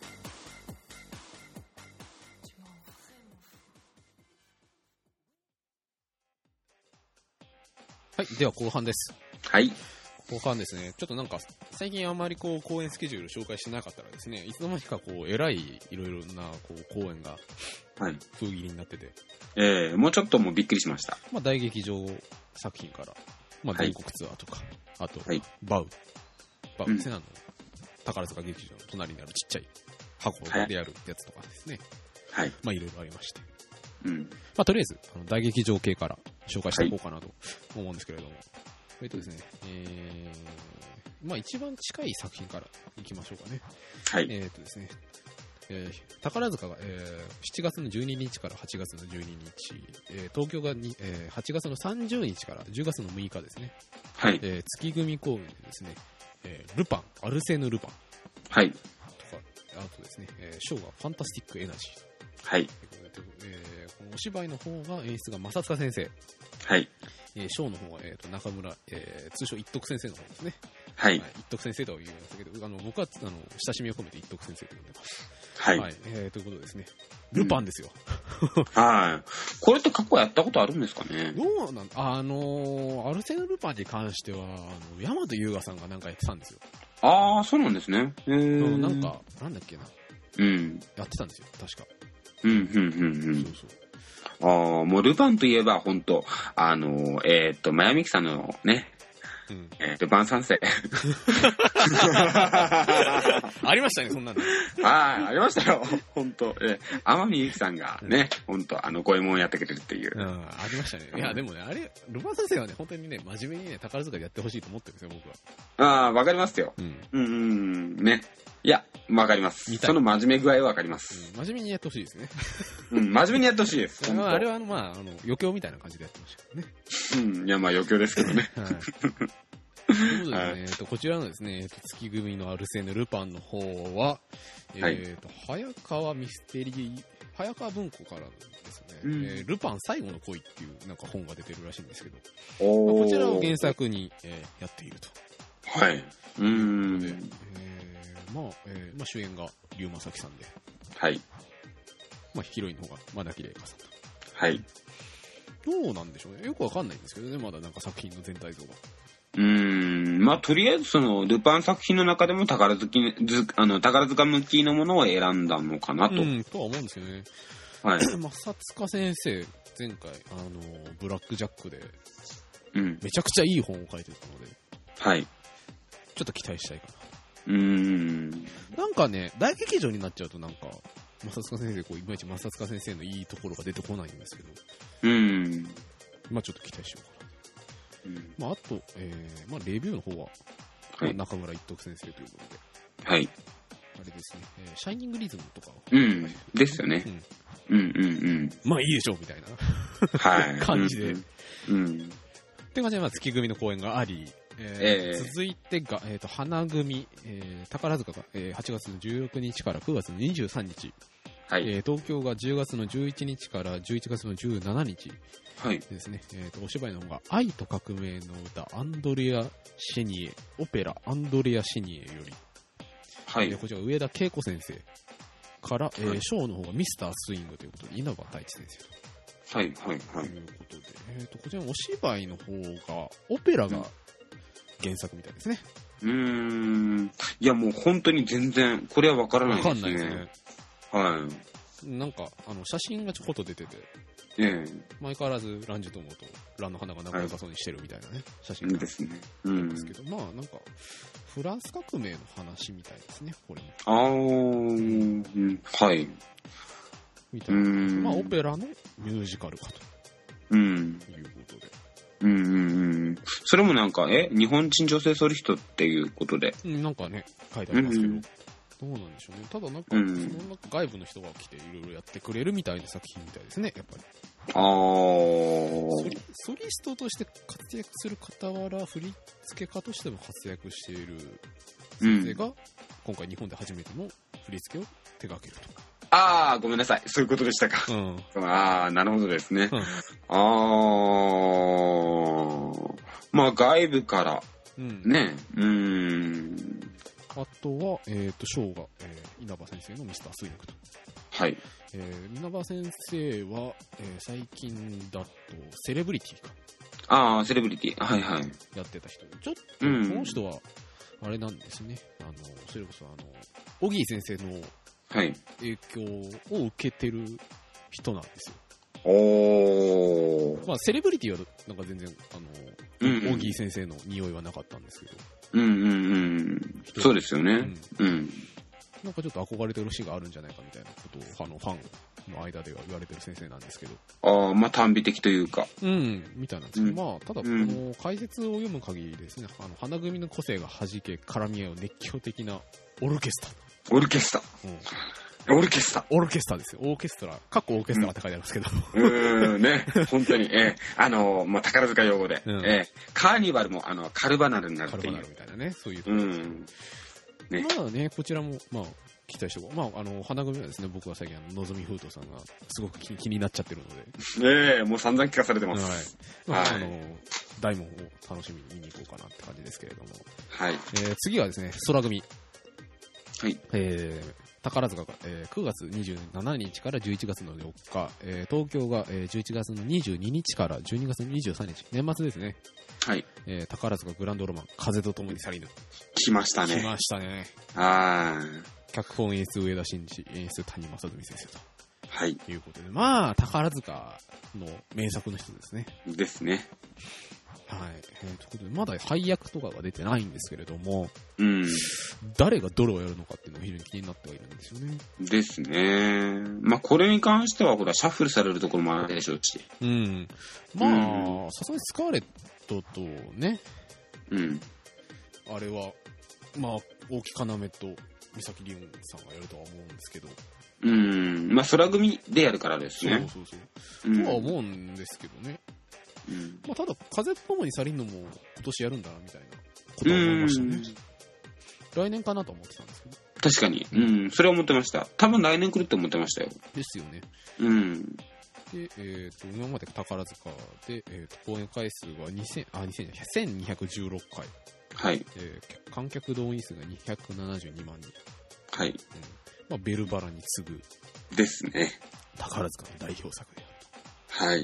はい。では後半です。 はい。 後半ですね、ちょっとなんか最近あまりこう公演スケジュール紹介してなかったらですね、いつの間にかこうえらいいろいろなこう公演が封切りになってて、 もうちょっともうびっくりしました。 大劇場作品から、全国ツアーとか、あと、バウですね、宝塚劇場の隣にあるちっちゃい箱でやるやつとかですね、いろいろありまして、とりあえず大劇場系から紹介していこうかなと思うんですけれども、ですね、一番近い作品からいきましょうかね。 はい。 ですね、宝塚が、7月の12日から8月の12日、東京が8月の30日から10月の6日ですね。 はい。 月組公演でですね、ルパン、アルセーヌ・ルパン。 はい。 とか、あとですね、ショーがファンタスティック・エナジー。 はい。 このお芝居の方が演出が正塚先生。 はい。 ショーの方は、中村、通称一徳先生の方ですね。 はい。 一徳先生とは言うんですけど、僕は親しみを込めて一徳先生と呼んでます。 はい。 ということですね。ルパンですよ。 はい。これって過去やったことあるんですかね。 どうなんアルセーヌ・ルパンに関しては、大和優雅さんがなんかやってたんですよ。 そうなんですね。 なんだっけな。やってたんですよ、確か。 そうそう。もうルパンといえば本当マヤミキさんのね、ルパン三世ありましたね、そんなの。 ありましたよ、本当。天海祐希さんがね、本当五右衛門をやってくれるっていう。 ありましたね。いやでもね、あれルパン三世はね、本当にね、真面目にね、宝塚でやってほしいと思ってるんですよ、僕は。 わかりますよ。ね。いや、わかります。その真面目具合はわかります。 真面目にやってほしいですね。 真面目にやってほしいです。 あれは余興みたいな感じでやってましたね。 いや、余興ですけどね。 ということでね、こちらのですね、月組のアルセーヌ・ルパンの方は、早川ミステリー、早川文庫からですね、ルパン最後の恋っていうなんか本が出てるらしいんですけど、こちらを原作に、やっていると。 はい。 主演が龍馬咲さんで、 はい。 ヒロインの方が真田玲香さんと。 はい。 どうなんでしょうね。よくわかんないんですけどね、まだなんか作品の全体像が。 とりあえずそのルパン作品の中でも宝塚向きのものを選んだのかなと。 とは思うんですよね。 はい。 正塚先生、前回ブラックジャックで、めちゃくちゃいい本を書いてたので、 はい。 ちょっと期待したいかな。 なんかね、大劇場になっちゃうとなんか、正塚先生いまいち正塚先生のいいところが出てこないんですけど、ちょっと期待しようかな。あと、レビューの方は、 はい、 中村一徳先生ということで。 はい。 あれですね、シャイニングリズムとか。 ですよね。 まあいいでしょう、みたいな。 はい。 感じで。って感じで、月組の公演があり、続いてが、花組、宝塚が、8月の16日から9月の23日。はい。東京が10月の11日から11月の17日。はい。ですね。お芝居の方が、愛と革命の歌、アンドレア・シェニエ、オペラ、アンドレア・シェニエより。はい。こちら上田恵子先生から、ショーの方がミスタースイングということで、稲葉太一先生と。 はい、はい、はい。 ということで、こちらのお芝居の方が、オペラが原作みたいですね。 いや、もう本当に全然、これはわからないですね。わかんないですね。はい。 なんか、写真がちょこっと出てて、前からずランジュトモとランの花が仲良さそうにしてるみたいなね、写真がですね。 ですけど、なんか、フランス革命の話みたいですね、これも。はい。 みたいな。オペラのミュージカルかと。いうことで。 それもなんか、日本人女性ソリストっていうことで。 なんかね、書いてありますけど。どうなんでしょうね。ただなんか、その外部の人が来ていろいろやってくれるみたいな作品みたいですね、やっぱり。ソリストとして活躍する傍ら、振り付け家としても活躍している先生が、今回日本で初めての振り付けを手掛けると。 ごめんなさい。そういうことでしたか。なるほどですね。外部から、ね。 あとは、ショーが、稲葉先生のミスタースイングと。 はい。 稲葉先生は、最近だと、セレブリティか。セレブリティ。はいはい。 やってた人。ちょっと、この人は、あれなんですね。それこそ、オギー先生の影響を受けてる人なんですよ。セレブリティは、なんか全然、オギー先生の匂いはなかったんですけど。 そうですよね。 なんかちょっと憧れてるシーンがあるんじゃないかみたいなことをファンの間では言われてる先生なんですけど。 短美的というか。 みたいなんですけど、ただこの解説を読む限りですね、花組の個性が弾け絡み合う熱狂的なオルケスタ。 オルケスタですよ。オーケストラ、かっこオーケストラって書いてありますけど。 ね、本当に、宝塚用語で、カーニバルも、カルバナルになるっていう。 カルバナルみたいなね、そういうところですね。まあね、こちらも、期待しておこう。花組はですね、僕は最近、のぞみふうとさんがすごく気になっちゃってるので。もう散々聞かされてます。 大門を楽しみに見に行こうかなって感じですけれども。 はい。 次はですね、空組。 はい。 宝塚が、9月27日から11月の4日、東京が、11月の22日から12月の23日、年末ですね。 はい。 宝塚グランドロマン、風と共に去りぬ。 来ましたね。 脚本演出上田真二、演出谷正純先生と。 はい。 いうことで、宝塚の名作の人ですね。 ですね。 はい。ということで、まだ配役とかが出てないんですけれども、誰がどれをやるのかっていうのが非常に気になってはいるんですよね。 ですね。これに関しては、シャッフルされるところもあるでしょうし。 さすがにスカーレットとね、あれは、大木要と三崎りおんさんがやるとは思うんですけど。 空組でやるからですね。 そう。とは思うんですけどね。ただ、風と共に去りぬも今年やるんだな、みたいなことは思いましたね。来年かなと思ってたんですけど。 確かに。それは思ってました。多分来年来るって思ってましたよ。 ですよね。で、今まで宝塚で、公演回数は1216回。 はい。 観客動員数が272万人。 はい。 ベルバラに次ぐ。 ですね。 宝塚の代表作であると。はい。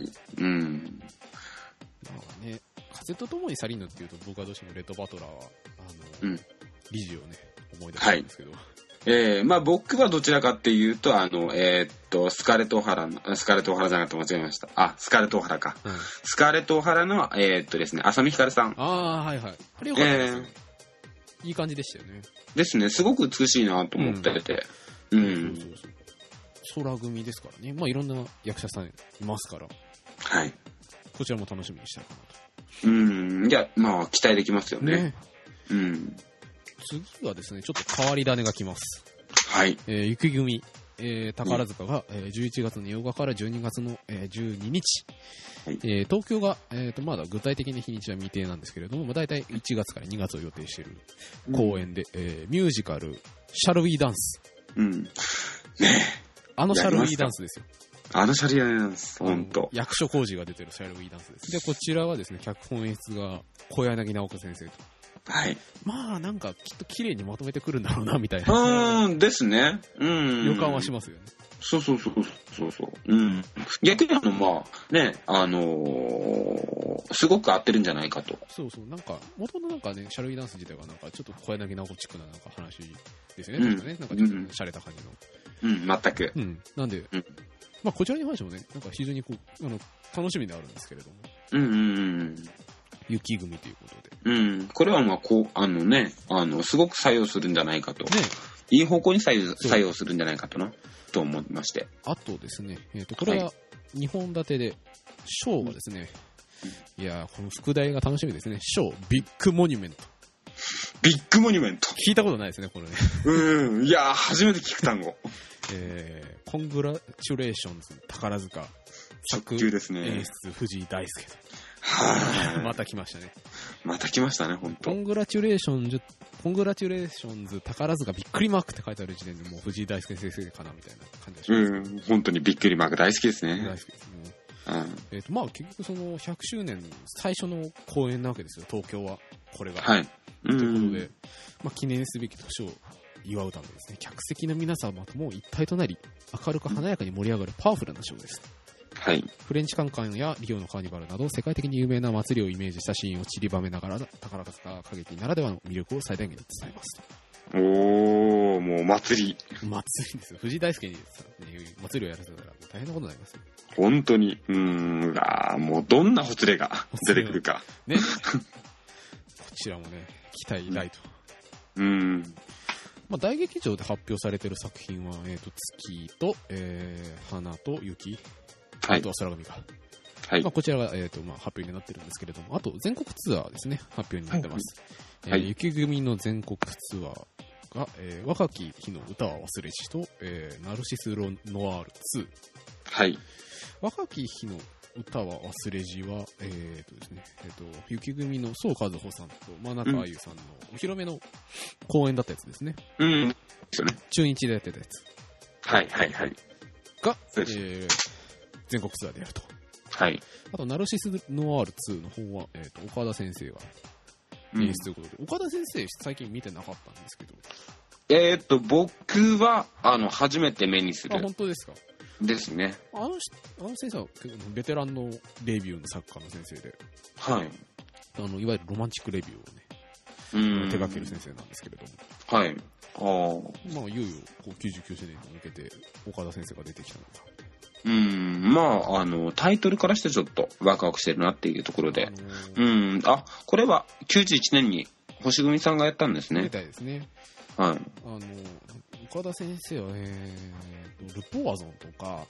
ね、風と共に去りぬっていうと僕はどうしてもレッドバトラーは理事をね思い出したんですけど、 僕はどちらかっていうとスカーレット・オハラじゃなくて間違えました。スカーレット・オハラか、スカーレット・オハラのですね、浅見ひかるさん。 はいはい。あれよかったですよね。いい感じでしたよね。 ですね。すごく美しいなと思ってて、 空組ですからね。いろんな役者さんいますから。 はい。 こちらも楽しみにしたいかなと。 いや、期待できますよね。 うん。 次はですね、ちょっと変わり種が来ます。 はい。 雪組、宝塚が、11月の8日から12月の、12日。はい、東京が、まだ具体的な日にちは未定なんですけれども、だいたい1月から2月を予定している公演で、ミュージカル、シャルウィーダンス。 うん。ねあのシャルウィーダンスですよ。 あのシャルウィーダンス、ほんと。 役所広司が出てるシャルウィーダンスです。で、こちらはですね、脚本演出が小柳直子先生と。 はい。 まあ、なんか、きっと綺麗にまとめてくるんだろうな、みたいな。 ですね。 予感はしますよね。 そう。うん。逆にまあ、ね、すごく合ってるんじゃないかと。 そう。なんか、元のなんかね、シャルウィーダンス自体はなんか、ちょっと小柳直子チックななんか話ですよね。なんかちょっと洒落た感じの。 全く。 なんで、まあ、こちらに関してもね、なんか非常にこう、楽しみであるんですけれども。雪組ということで。これはまあ、こう、すごく作用するんじゃないかと。ね。いい方向に作用するんじゃないかとな、と思いまして。 あとですね、これは2本立てで、ショーがですね、いやこの副題が楽しみですね。ショー、ビッグモニュメント。 ビッグモニュメント。 聞いたことないですね、これね。 いや初めて聞く単語。 コングラチュレーションズ、宝塚。 直球ですね。 演出、藤井大輔と。また来ましたね。 また来ましたね、本当。 コングラチュレーションズ宝塚びっくりマークって書いてある時点でもう藤井大輔先生かなみたいな感じがします。 本当にびっくりマーク大好きですね。 大好きですね。まあ結局その100周年最初の公演なわけですよ、東京は。これが。 はい。 ということで、まあ記念すべき年を祝うためですね、客席の皆様とも一体となり、明るく華やかに盛り上がるパワフルなショーです。 はい、 フレンチカンカンやリオのカーニバルなど世界的に有名な祭りをイメージしたシーンを散りばめながら宝塚歌劇ならではの魅力を最大限に伝えますと。 もう祭りですよ。藤井大輔に祭りをやらせたら大変なことになりますよ。 本当にもうどんなほつれが出てくるかね。こちらもね期待大と。まあ、大劇場で発表されている作品は、月と、花と雪。あとは空紙が。はい。まあ、こちらが、まあ、発表になってるんですけれども、あと全国ツアーですね、発表になってます。雪組の全国ツアーが、若き日の歌は忘れじと、ナルシス・ノワール2。 はい。 若き日の歌は忘れじは、ですね、雪組の宋和穂さんと真中あゆさんのお披露目の公演だったやつですね。 ですよね。 中日でやってたやつ。 が、 全国ツアーでやると。 はい。 あと、ナルシス・ノワール2の方は、岡田先生が演出ということで、岡田先生最近見てなかったんですけど。僕は、初めて目にする。 本当ですか？ ですね。 あの先生は結構ベテランのレビューの作家の先生で、 はい。 いわゆるロマンチックレビューをね、手掛ける先生なんですけれども。はい。 まあ、いよいよこう99周年に向けて岡田先生が出てきたのか。 まあ、タイトルからしてちょっとワクワクしてるなっていうところで。これは91年に星組さんがやったんですね。 みたいですね。 はい。 岡田先生は、ルポワゾンとか、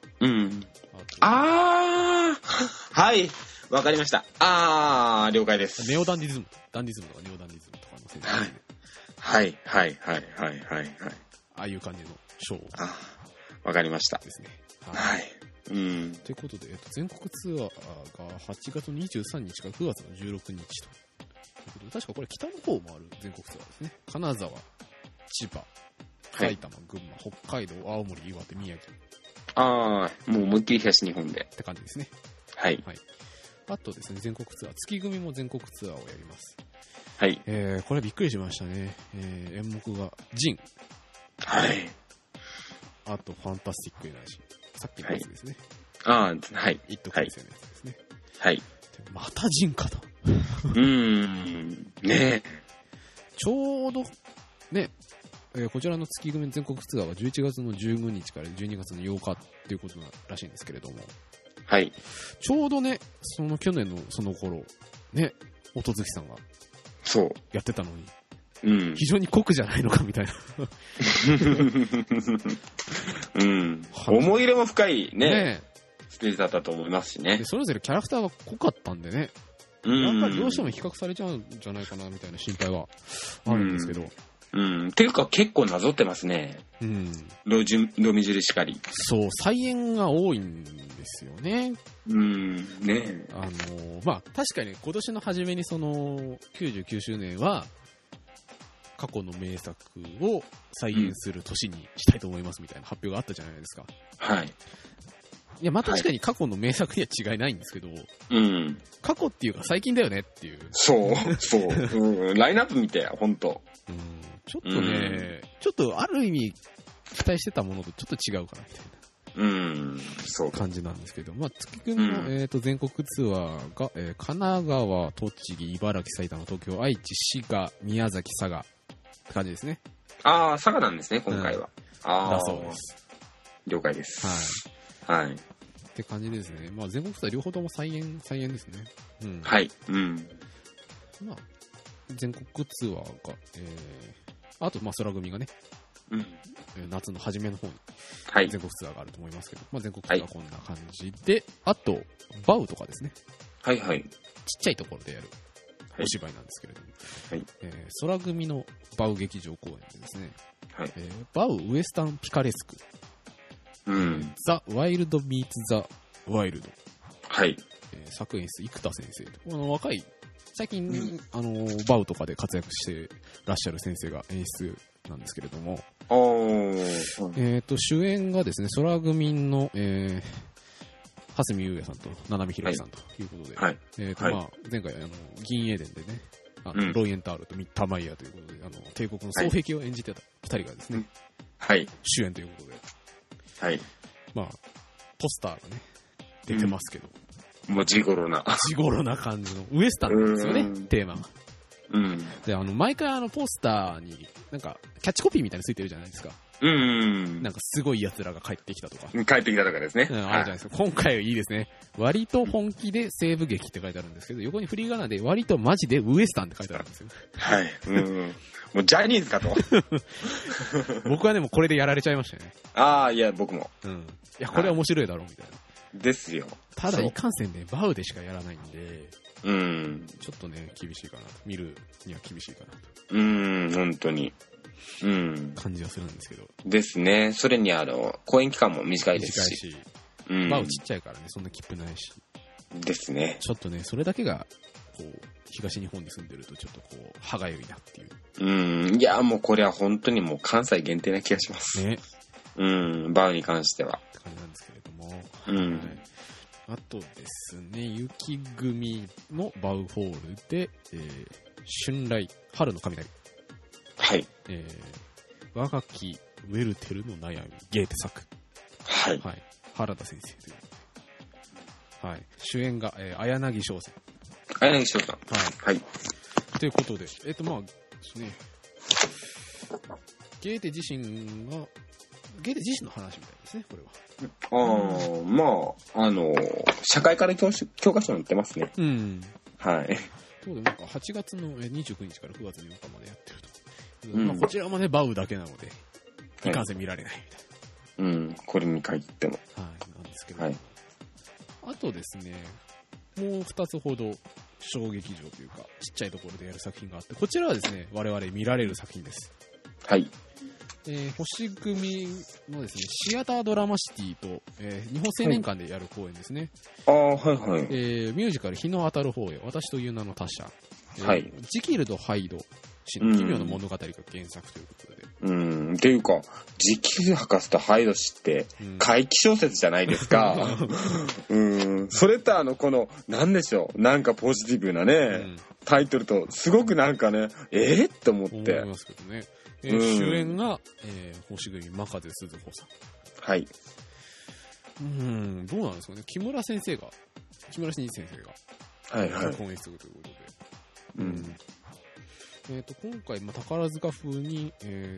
はい、わかりました。了解です。 ネオダンディズムとかネオダンディズムとかの先生ですね。 はい。 ああいう感じのショー。 わかりました。 ですね。 はい。 ということで、全国ツアーが8月23日から9月の16日と。確かこれ北の方もある全国ツアーですね。金沢、千葉、埼玉、群馬、北海道、青森、岩手、宮城。 もう思いっきり東日本で。 って感じですね。 はい。 あとですね、全国ツアー、月組も全国ツアーをやります。 はい。 これびっくりしましたね。演目が、ジン。 はい。 あと、ファンタスティックエナジー。さっきのやつですね。 はい。 一斗先生のやつですね。 はい。 またジンかと。 ねちょうど、ね、こちらの月組全国ツアーは11月の15日から12月の8日っていうことらしいんですけれども。 はい。 ちょうどね、去年のその頃、ね、音月さんが、やってたのに。非常に酷じゃないのかみたいな。 思い入れも深いね、ステージだったと思いますしね。 それぞれキャラクターが濃かったんでね。 やっぱりどうしても比較されちゃうんじゃないかなみたいな心配はあるんですけど。 っていうか結構なぞってますね。ロミジュリしかり。 そう、再演が多いんですよね。 ね。 まあ確かに今年の初めにその99周年は過去の名作を再演する年にしたいと思いますみたいな発表があったじゃないですか。 はい。 いや、まあ確かに過去の名作には違いないんですけど、過去っていうか最近だよねっていう。 そう、ラインナップ見て、ほんと。 ちょっとね、ちょっとある意味期待してたものとちょっと違うかなみたいなそう感じなんですけど、まあ月組の、全国ツアーが、神奈川、栃木、茨城、埼玉、東京、愛知、滋賀、宮崎、佐賀って感じですね。 ああ、佐賀なんですね今回は。 だそうです。 了解です。はい。 って感じですね。まあ全国ツアー両方とも再演ですね。 はい。 まあ全国ツアーが、あとまあ空組がね、夏の初めの方に全国ツアーがあると思いますけど、まあ全国ツアーはこんな感じで、あとバウとかですね。 はいはい。 ちっちゃいところでやるお芝居なんですけれども、空組のバウ劇場公演でですね、バウウエスタンピカレスク。ザ・ワイルド・ミーツ・ザ・ワイルド。 はい。 作演出、生田先生と。若い、最近、バウとかで活躍してらっしゃる先生が演出なんですけれども。主演がですね、空組の、蓮見優也さんと七海ひろきさんということで。まあ、前回、銀英伝でね、ロイエンタールとミッターマイヤーということで、帝国の双璧を演じてた二人がですね、主演ということで。まあ、ポスターがね、出てますけど。 もう地頃な感じの、ウエスタンなんですよね、テーマが。で、毎回ポスターに、なんか、キャッチコピーみたいについてるじゃないですか。なんかすごい奴らが帰ってきたとか。 帰ってきたとかですね。 あるじゃないですか。今回はいいですね。割と本気で西部劇って書いてあるんですけど、横に振り仮名で割とマジでウエスタンって書いてあるんですよ。 もうジャニーズかと。 僕はでもこれでやられちゃいましたね。 いや、僕も。 いや、これは面白いだろうみたいな。 ですよ。 ただ、いかんせんね、バウでしかやらないんで、ちょっとね、厳しいかなと。見るには厳しいかなと。 本当に。 感じはするんですけど。 ですね。それに公演期間も短いですし。 バウちっちゃいからね、そんな切符ないし。 ですね。 ちょっとね、それだけが、こう、東日本に住んでるとちょっとこう、歯がゆいなっていう。 いや、もうこれは本当にもう関西限定な気がします。 ね。 バウに関しては。 って感じなんですけれども。あとですね、雪組のバウホールで、春雷、春の雷。 はい。 我がきウェルテルの悩み、ゲーテ作。 はい。 原田先生という。主演が、綾凪翔さん。 綾凪翔さん。 ということで、まあですね、ゲーテ自身の話みたいですね、これは。 まあ、社会科で教科書に載ってますね。そうで、なんか8月の29日から9月8日までやってると。まあ、こちらもね、バウだけなので、いかんせん見られないみたいな。 これに限っても。 なんですけど。あとですね、もう2つほど小劇場というか、ちっちゃいところでやる作品があって、こちらはですね、我々見られる作品です。星組のですね、シアタードラマシティと、日本青年館でやる公演ですね。 ミュージカル日の当たる方へ、私という名の他者。ジキルド・ハイド氏の奇妙な物語が原作ということで。 っていうか、ジキル博士とハイド氏って、怪奇小説じゃないですか。それとこの、なんでしょう、なんかポジティブなね、タイトルと、すごくなんかね、って思って。 思いますけどね。主演が、星組真風鈴子さん。どうなんですかね。木村真一先生が、本演出ということで。今回、宝塚風に、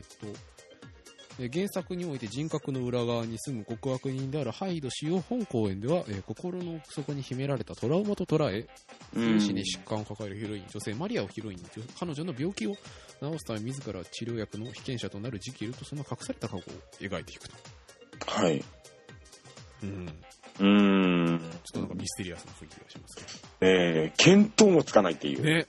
原作において人格の裏側に住む極悪人であるハイド氏を本公演では、心の奥底に秘められたトラウマと捉え、精神に疾患を抱えるヒロイン、女性マリアをヒロインに、彼女の病気を治すため自ら治療薬の被験者となるジキルとその隠された過去を描いていくと。 ちょっとなんかミステリアスな雰囲気がしますけど。見当もつかないっていう。 ね。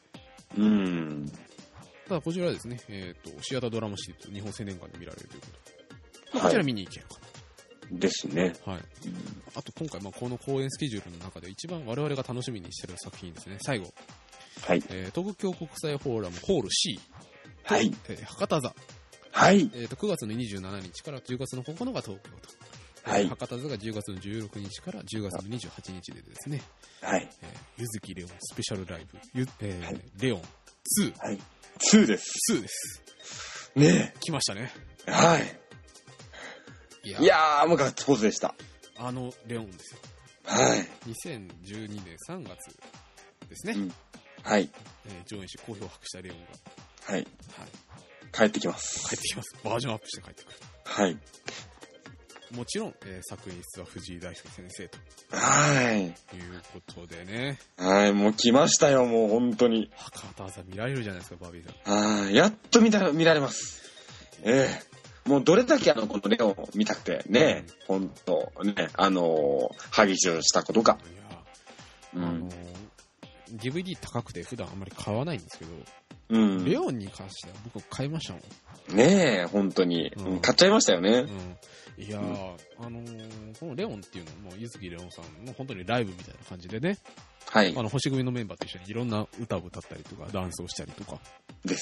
ただこちらはですね、シアタードラマシティと日本青年館で見られるということで、こちら見に行けるかな。 ですね。 はい。あと今回、この公演スケジュールの中で一番我々が楽しみにしている作品ですね。最後。 はい。 東京国際フォーラムホール C。 はい。 博多座。 はい。 9月の27日から10月の9日が東京と。 はい。 博多座が10月の16日から10月の28日でですね。 はい。 ゆずきレオンスペシャルライブ、レオン2。 はい。2です。 2です。 ねえ。 来ましたね。 はい。いやー、もうガッツポーズでした。 レオンですよ。 はい。 2012年3月ですね。 はい。 上演し好評を博したレオンが。 はい。帰ってきます。 帰ってきます。バージョンアップして帰ってくる。 はい。 もちろん、作演出は藤井大輔先生と。 はい。 いうことでね。 はい、もう来ましたよ、もう本当に。 博多座見られるじゃないですか、バービーさん。やっと見られます。もうどれだけこのレオンを見たくてね、本当ね、萩市をしたことか。 いや、DVD 高くて普段あんまり買わないんですけど、レオンに関しては僕買いましたもん。 ねえ、本当に。買っちゃいましたよね。 いやー、このレオンっていうのも、ゆずきレオンさんの本当にライブみたいな感じでね、 はい。 星組のメンバーと一緒にいろんな歌を歌ったりとか、ダンスをしたりとか、 です。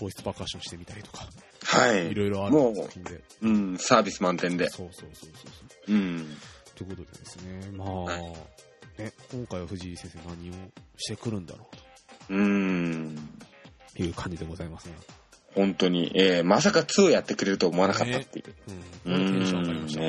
ボイスパーカッションしてみたりとか、 はい。 いろいろある作品で。 サービス満点で。 そう。ということでですね、ね、今回は藤井先生何をしてくるんだろうと。いう感じでございますが。 本当に、まさか2をやってくれると思わなかったっていう。 テンション上がりました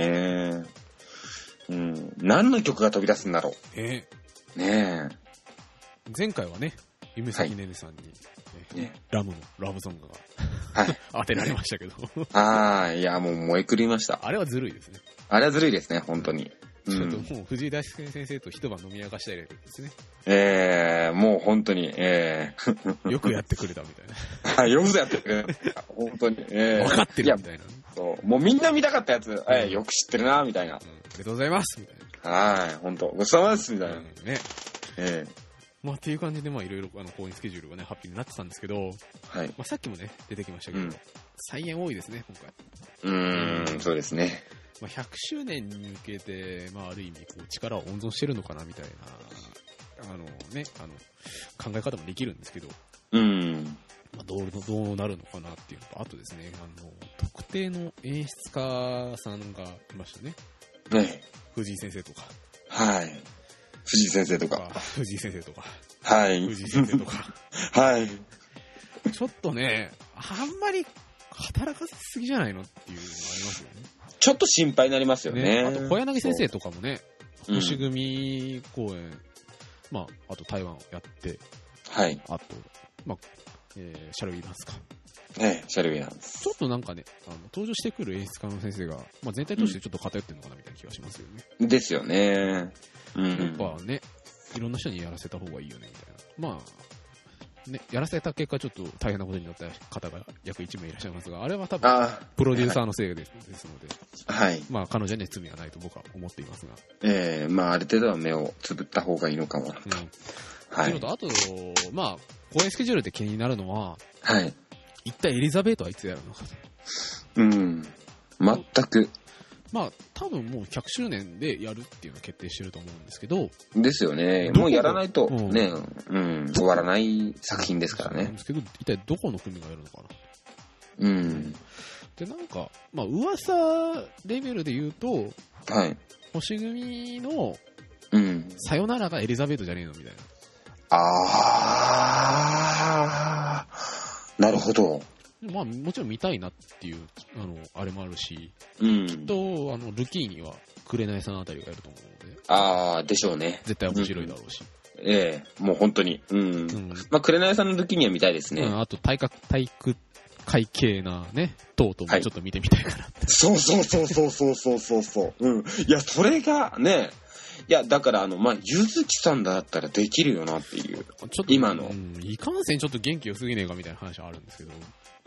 ね。何の曲が飛び出すんだろう。 ねえ。 前回はね、夢咲ねねさんに、ラムのラブソングが当てられましたけど。 いや、もう燃えくりました。 あれはずるいですね。 あれはずるいですね、本当に。 ちょっともう藤井大輔先生と一晩飲み明かしたいですね。 もう本当に、 よくやってくれたみたいな。 よくやってくれた。本当に。 分かってるみたいな。 そう。もうみんな見たかったやつ、よく知ってるな、みたいな。ありがとうございます、みたいな。本当ごちそうさまです、みたいな。 ね。っていう感じで、いろいろ公演スケジュールがね、発表になってたんですけど、さっきもね、出てきましたけど、再演多いですね、今回。そうですね。 100周年に向けて、ある意味力を温存してるのかなみたいな考え方もできるんですけど、どうなるのかなっていうのと、あとですね、特定の演出家さんがいましたね。藤井先生とか。 はい。藤井先生とか。 藤井先生とか。 はい。 藤井先生とか。 はい。 ちょっとね、あんまり働かせすぎじゃないのっていうのがありますよね。 ちょっと心配になりますよね。 あと小柳先生とかもね、星組公演、あと台湾をやって、あと、シャルウィーダンスか。 シャルウィーダンス。 ちょっとなんかね、登場してくる演出家の先生が、全体としてちょっと偏ってるのかなみたいな気がしますよね。 ですよね。 やっぱね、いろんな人にやらせた方がいいよねみたいな。やらせた結果ちょっと大変なことになった方が約1名いらっしゃいますが、あれは多分プロデューサーのせいですので、彼女に罪はないと僕は思っていますが、 ある程度は目をつぶった方がいいのかもなと。 っていうのと、あと公演スケジュールで気になるのは、一体エリザベートはいつやるのかと。 全く。 多分もう100周年でやるっていうのは決定してると思うんですけど。 ですよね。もうやらないとね、終わらない作品ですからね。 なんですけど、一体どこの組がやるのかな。で、なんか、噂レベルで言うと、星組の、さよならがエリザベートじゃねえのみたいな。なるほど。 もちろん見たいなっていう、あれもあるし、きっと、ルキーニは、紅さんあたりがやると思うので。 でしょうね。 絶対面白いだろうし。 もう本当に。紅さんのルキーニは見たいですね。 あと、体育会系なね、トートもちょっと見てみたいかなって。 そう。いや、それがね、いや、だから、ゆずきさんだったらできるよなっていう。 ちょっと今の。 いかんせんちょっと元気良すぎねえかみたいな話はあるんですけど。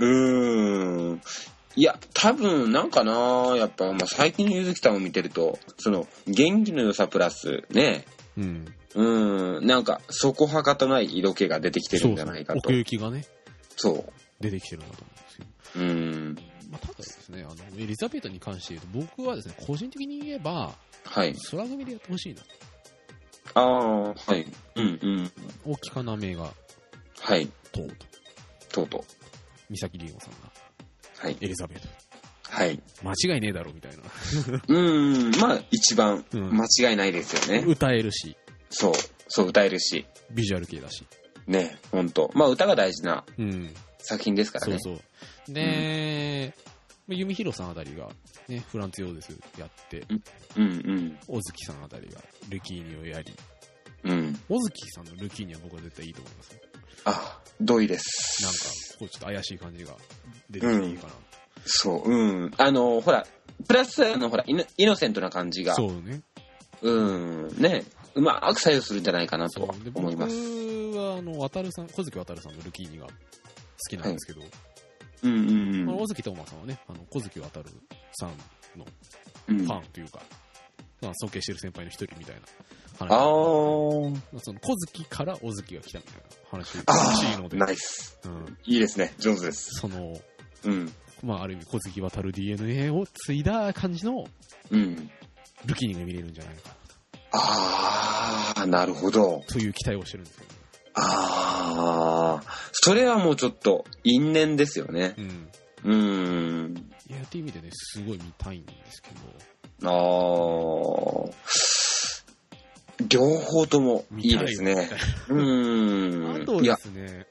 いや、多分、なんかな、やっぱ、最近のゆずきさんを見てると、元気の良さプラス、ね、 なんか底はかとない色気が出てきてるんじゃないかと。 奥行きがね、 そう出てきてるんだと思うんですよ。まあ、ただですね、エリザベートに関して言うと、僕はですね、個人的に言えば、 はい、 空組でやってほしいな。 ああ、はい。 大きかなめが、 はい。 とうと。三崎りんごさんが、 はい。 エリザベート。 はい。 間違いねえだろ、みたいな。 まあ、一番、間違いないですよね。 歌えるし。 そう、歌えるし。 ビジュアル系だし。 ね、ほんと。まあ、歌が大事な作品ですからね。 そう。で、弓広さんあたりが、ね、フランツヨーデスやって、小月さんあたりがルキーニをやり、小月さんのルキーニは僕は絶対いいと思います。 あ、同意です。 なんか、こうちょっと怪しい感じが出てきていいかな。 そう、ほら、プラス、ほら、イノセントな感じが。 そうね。 ね、うまく作用するんじゃないかなと思います。 僕は、小月渡さんのルキーニが好きなんですけど、小月斗真さんはね、小月渡さんのファンというか、尊敬してる先輩の一人みたいな話。その小月から小月が来たみたいな話らしいので。 ナイス。いいですね。上手です。 まあ、ある意味小月渡る DNA を継いだ感じの、ルキーニが見れるんじゃないかな。 なるほど。 という期待をしてるんですけどね。 それはもうちょっと因縁ですよね。 いや、っていう意味でね、すごい見たいんですけど。 両方ともいいですね。 あとですね、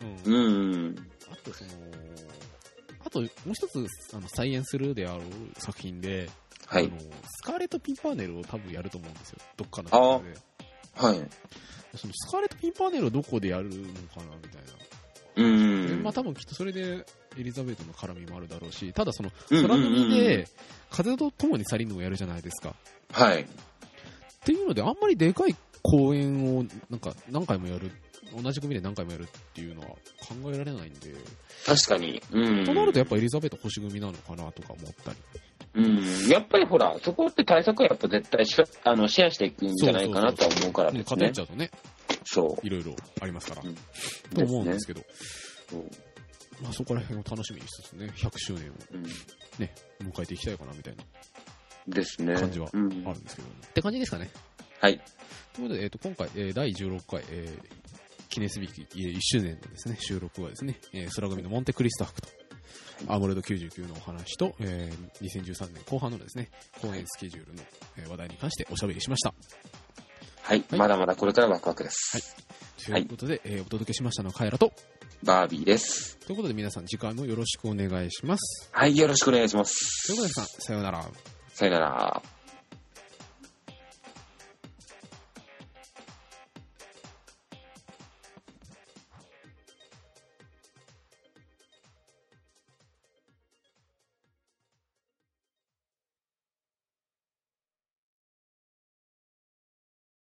あともう一つ再演するであろう作品で、スカーレット・ピンパーネルを多分やると思うんですよ。どっかのところで。そのスカーレット・ピンパーネルをどこでやるのかなみたいな。まあ多分きっとそれでエリザベートの絡みもあるだろうし、ただその空組で風と共に去りぬをやるじゃないですか。っていうのであんまりでかい公演をなんか何回もやる、同じ組で何回もやるっていうのは考えられないんで。 確かに。 となるとやっぱエリザベート星組なのかなとか思ったり。 やっぱりほら、そこって対策はやっぱ絶対シェアしていくんじゃないかなとは思うからですね。 偏っちゃうとね。 そう。 いろいろありますから。と思うんですけど。まあそこら辺を楽しみにしつつね、100周年をね、迎えていきたいかなみたいな。 ですね。 感じはあるんですけど。って感じですかね。 はい。 ということで、今回、第16回、記念すべき1周年のですね、収録はですね、空組のモンテクリスト博と、アーモルド99のお話と、2013年後半のですね、公演スケジュールの、話題に関しておしゃべりしました。 はい。まだまだこれからワクワクです。 ということで、お届けしましたのはカエラと、 バービーです。 ということで皆さん次回もよろしくお願いします。 はい、よろしくお願いします。 ということでさようなら。 さよなら。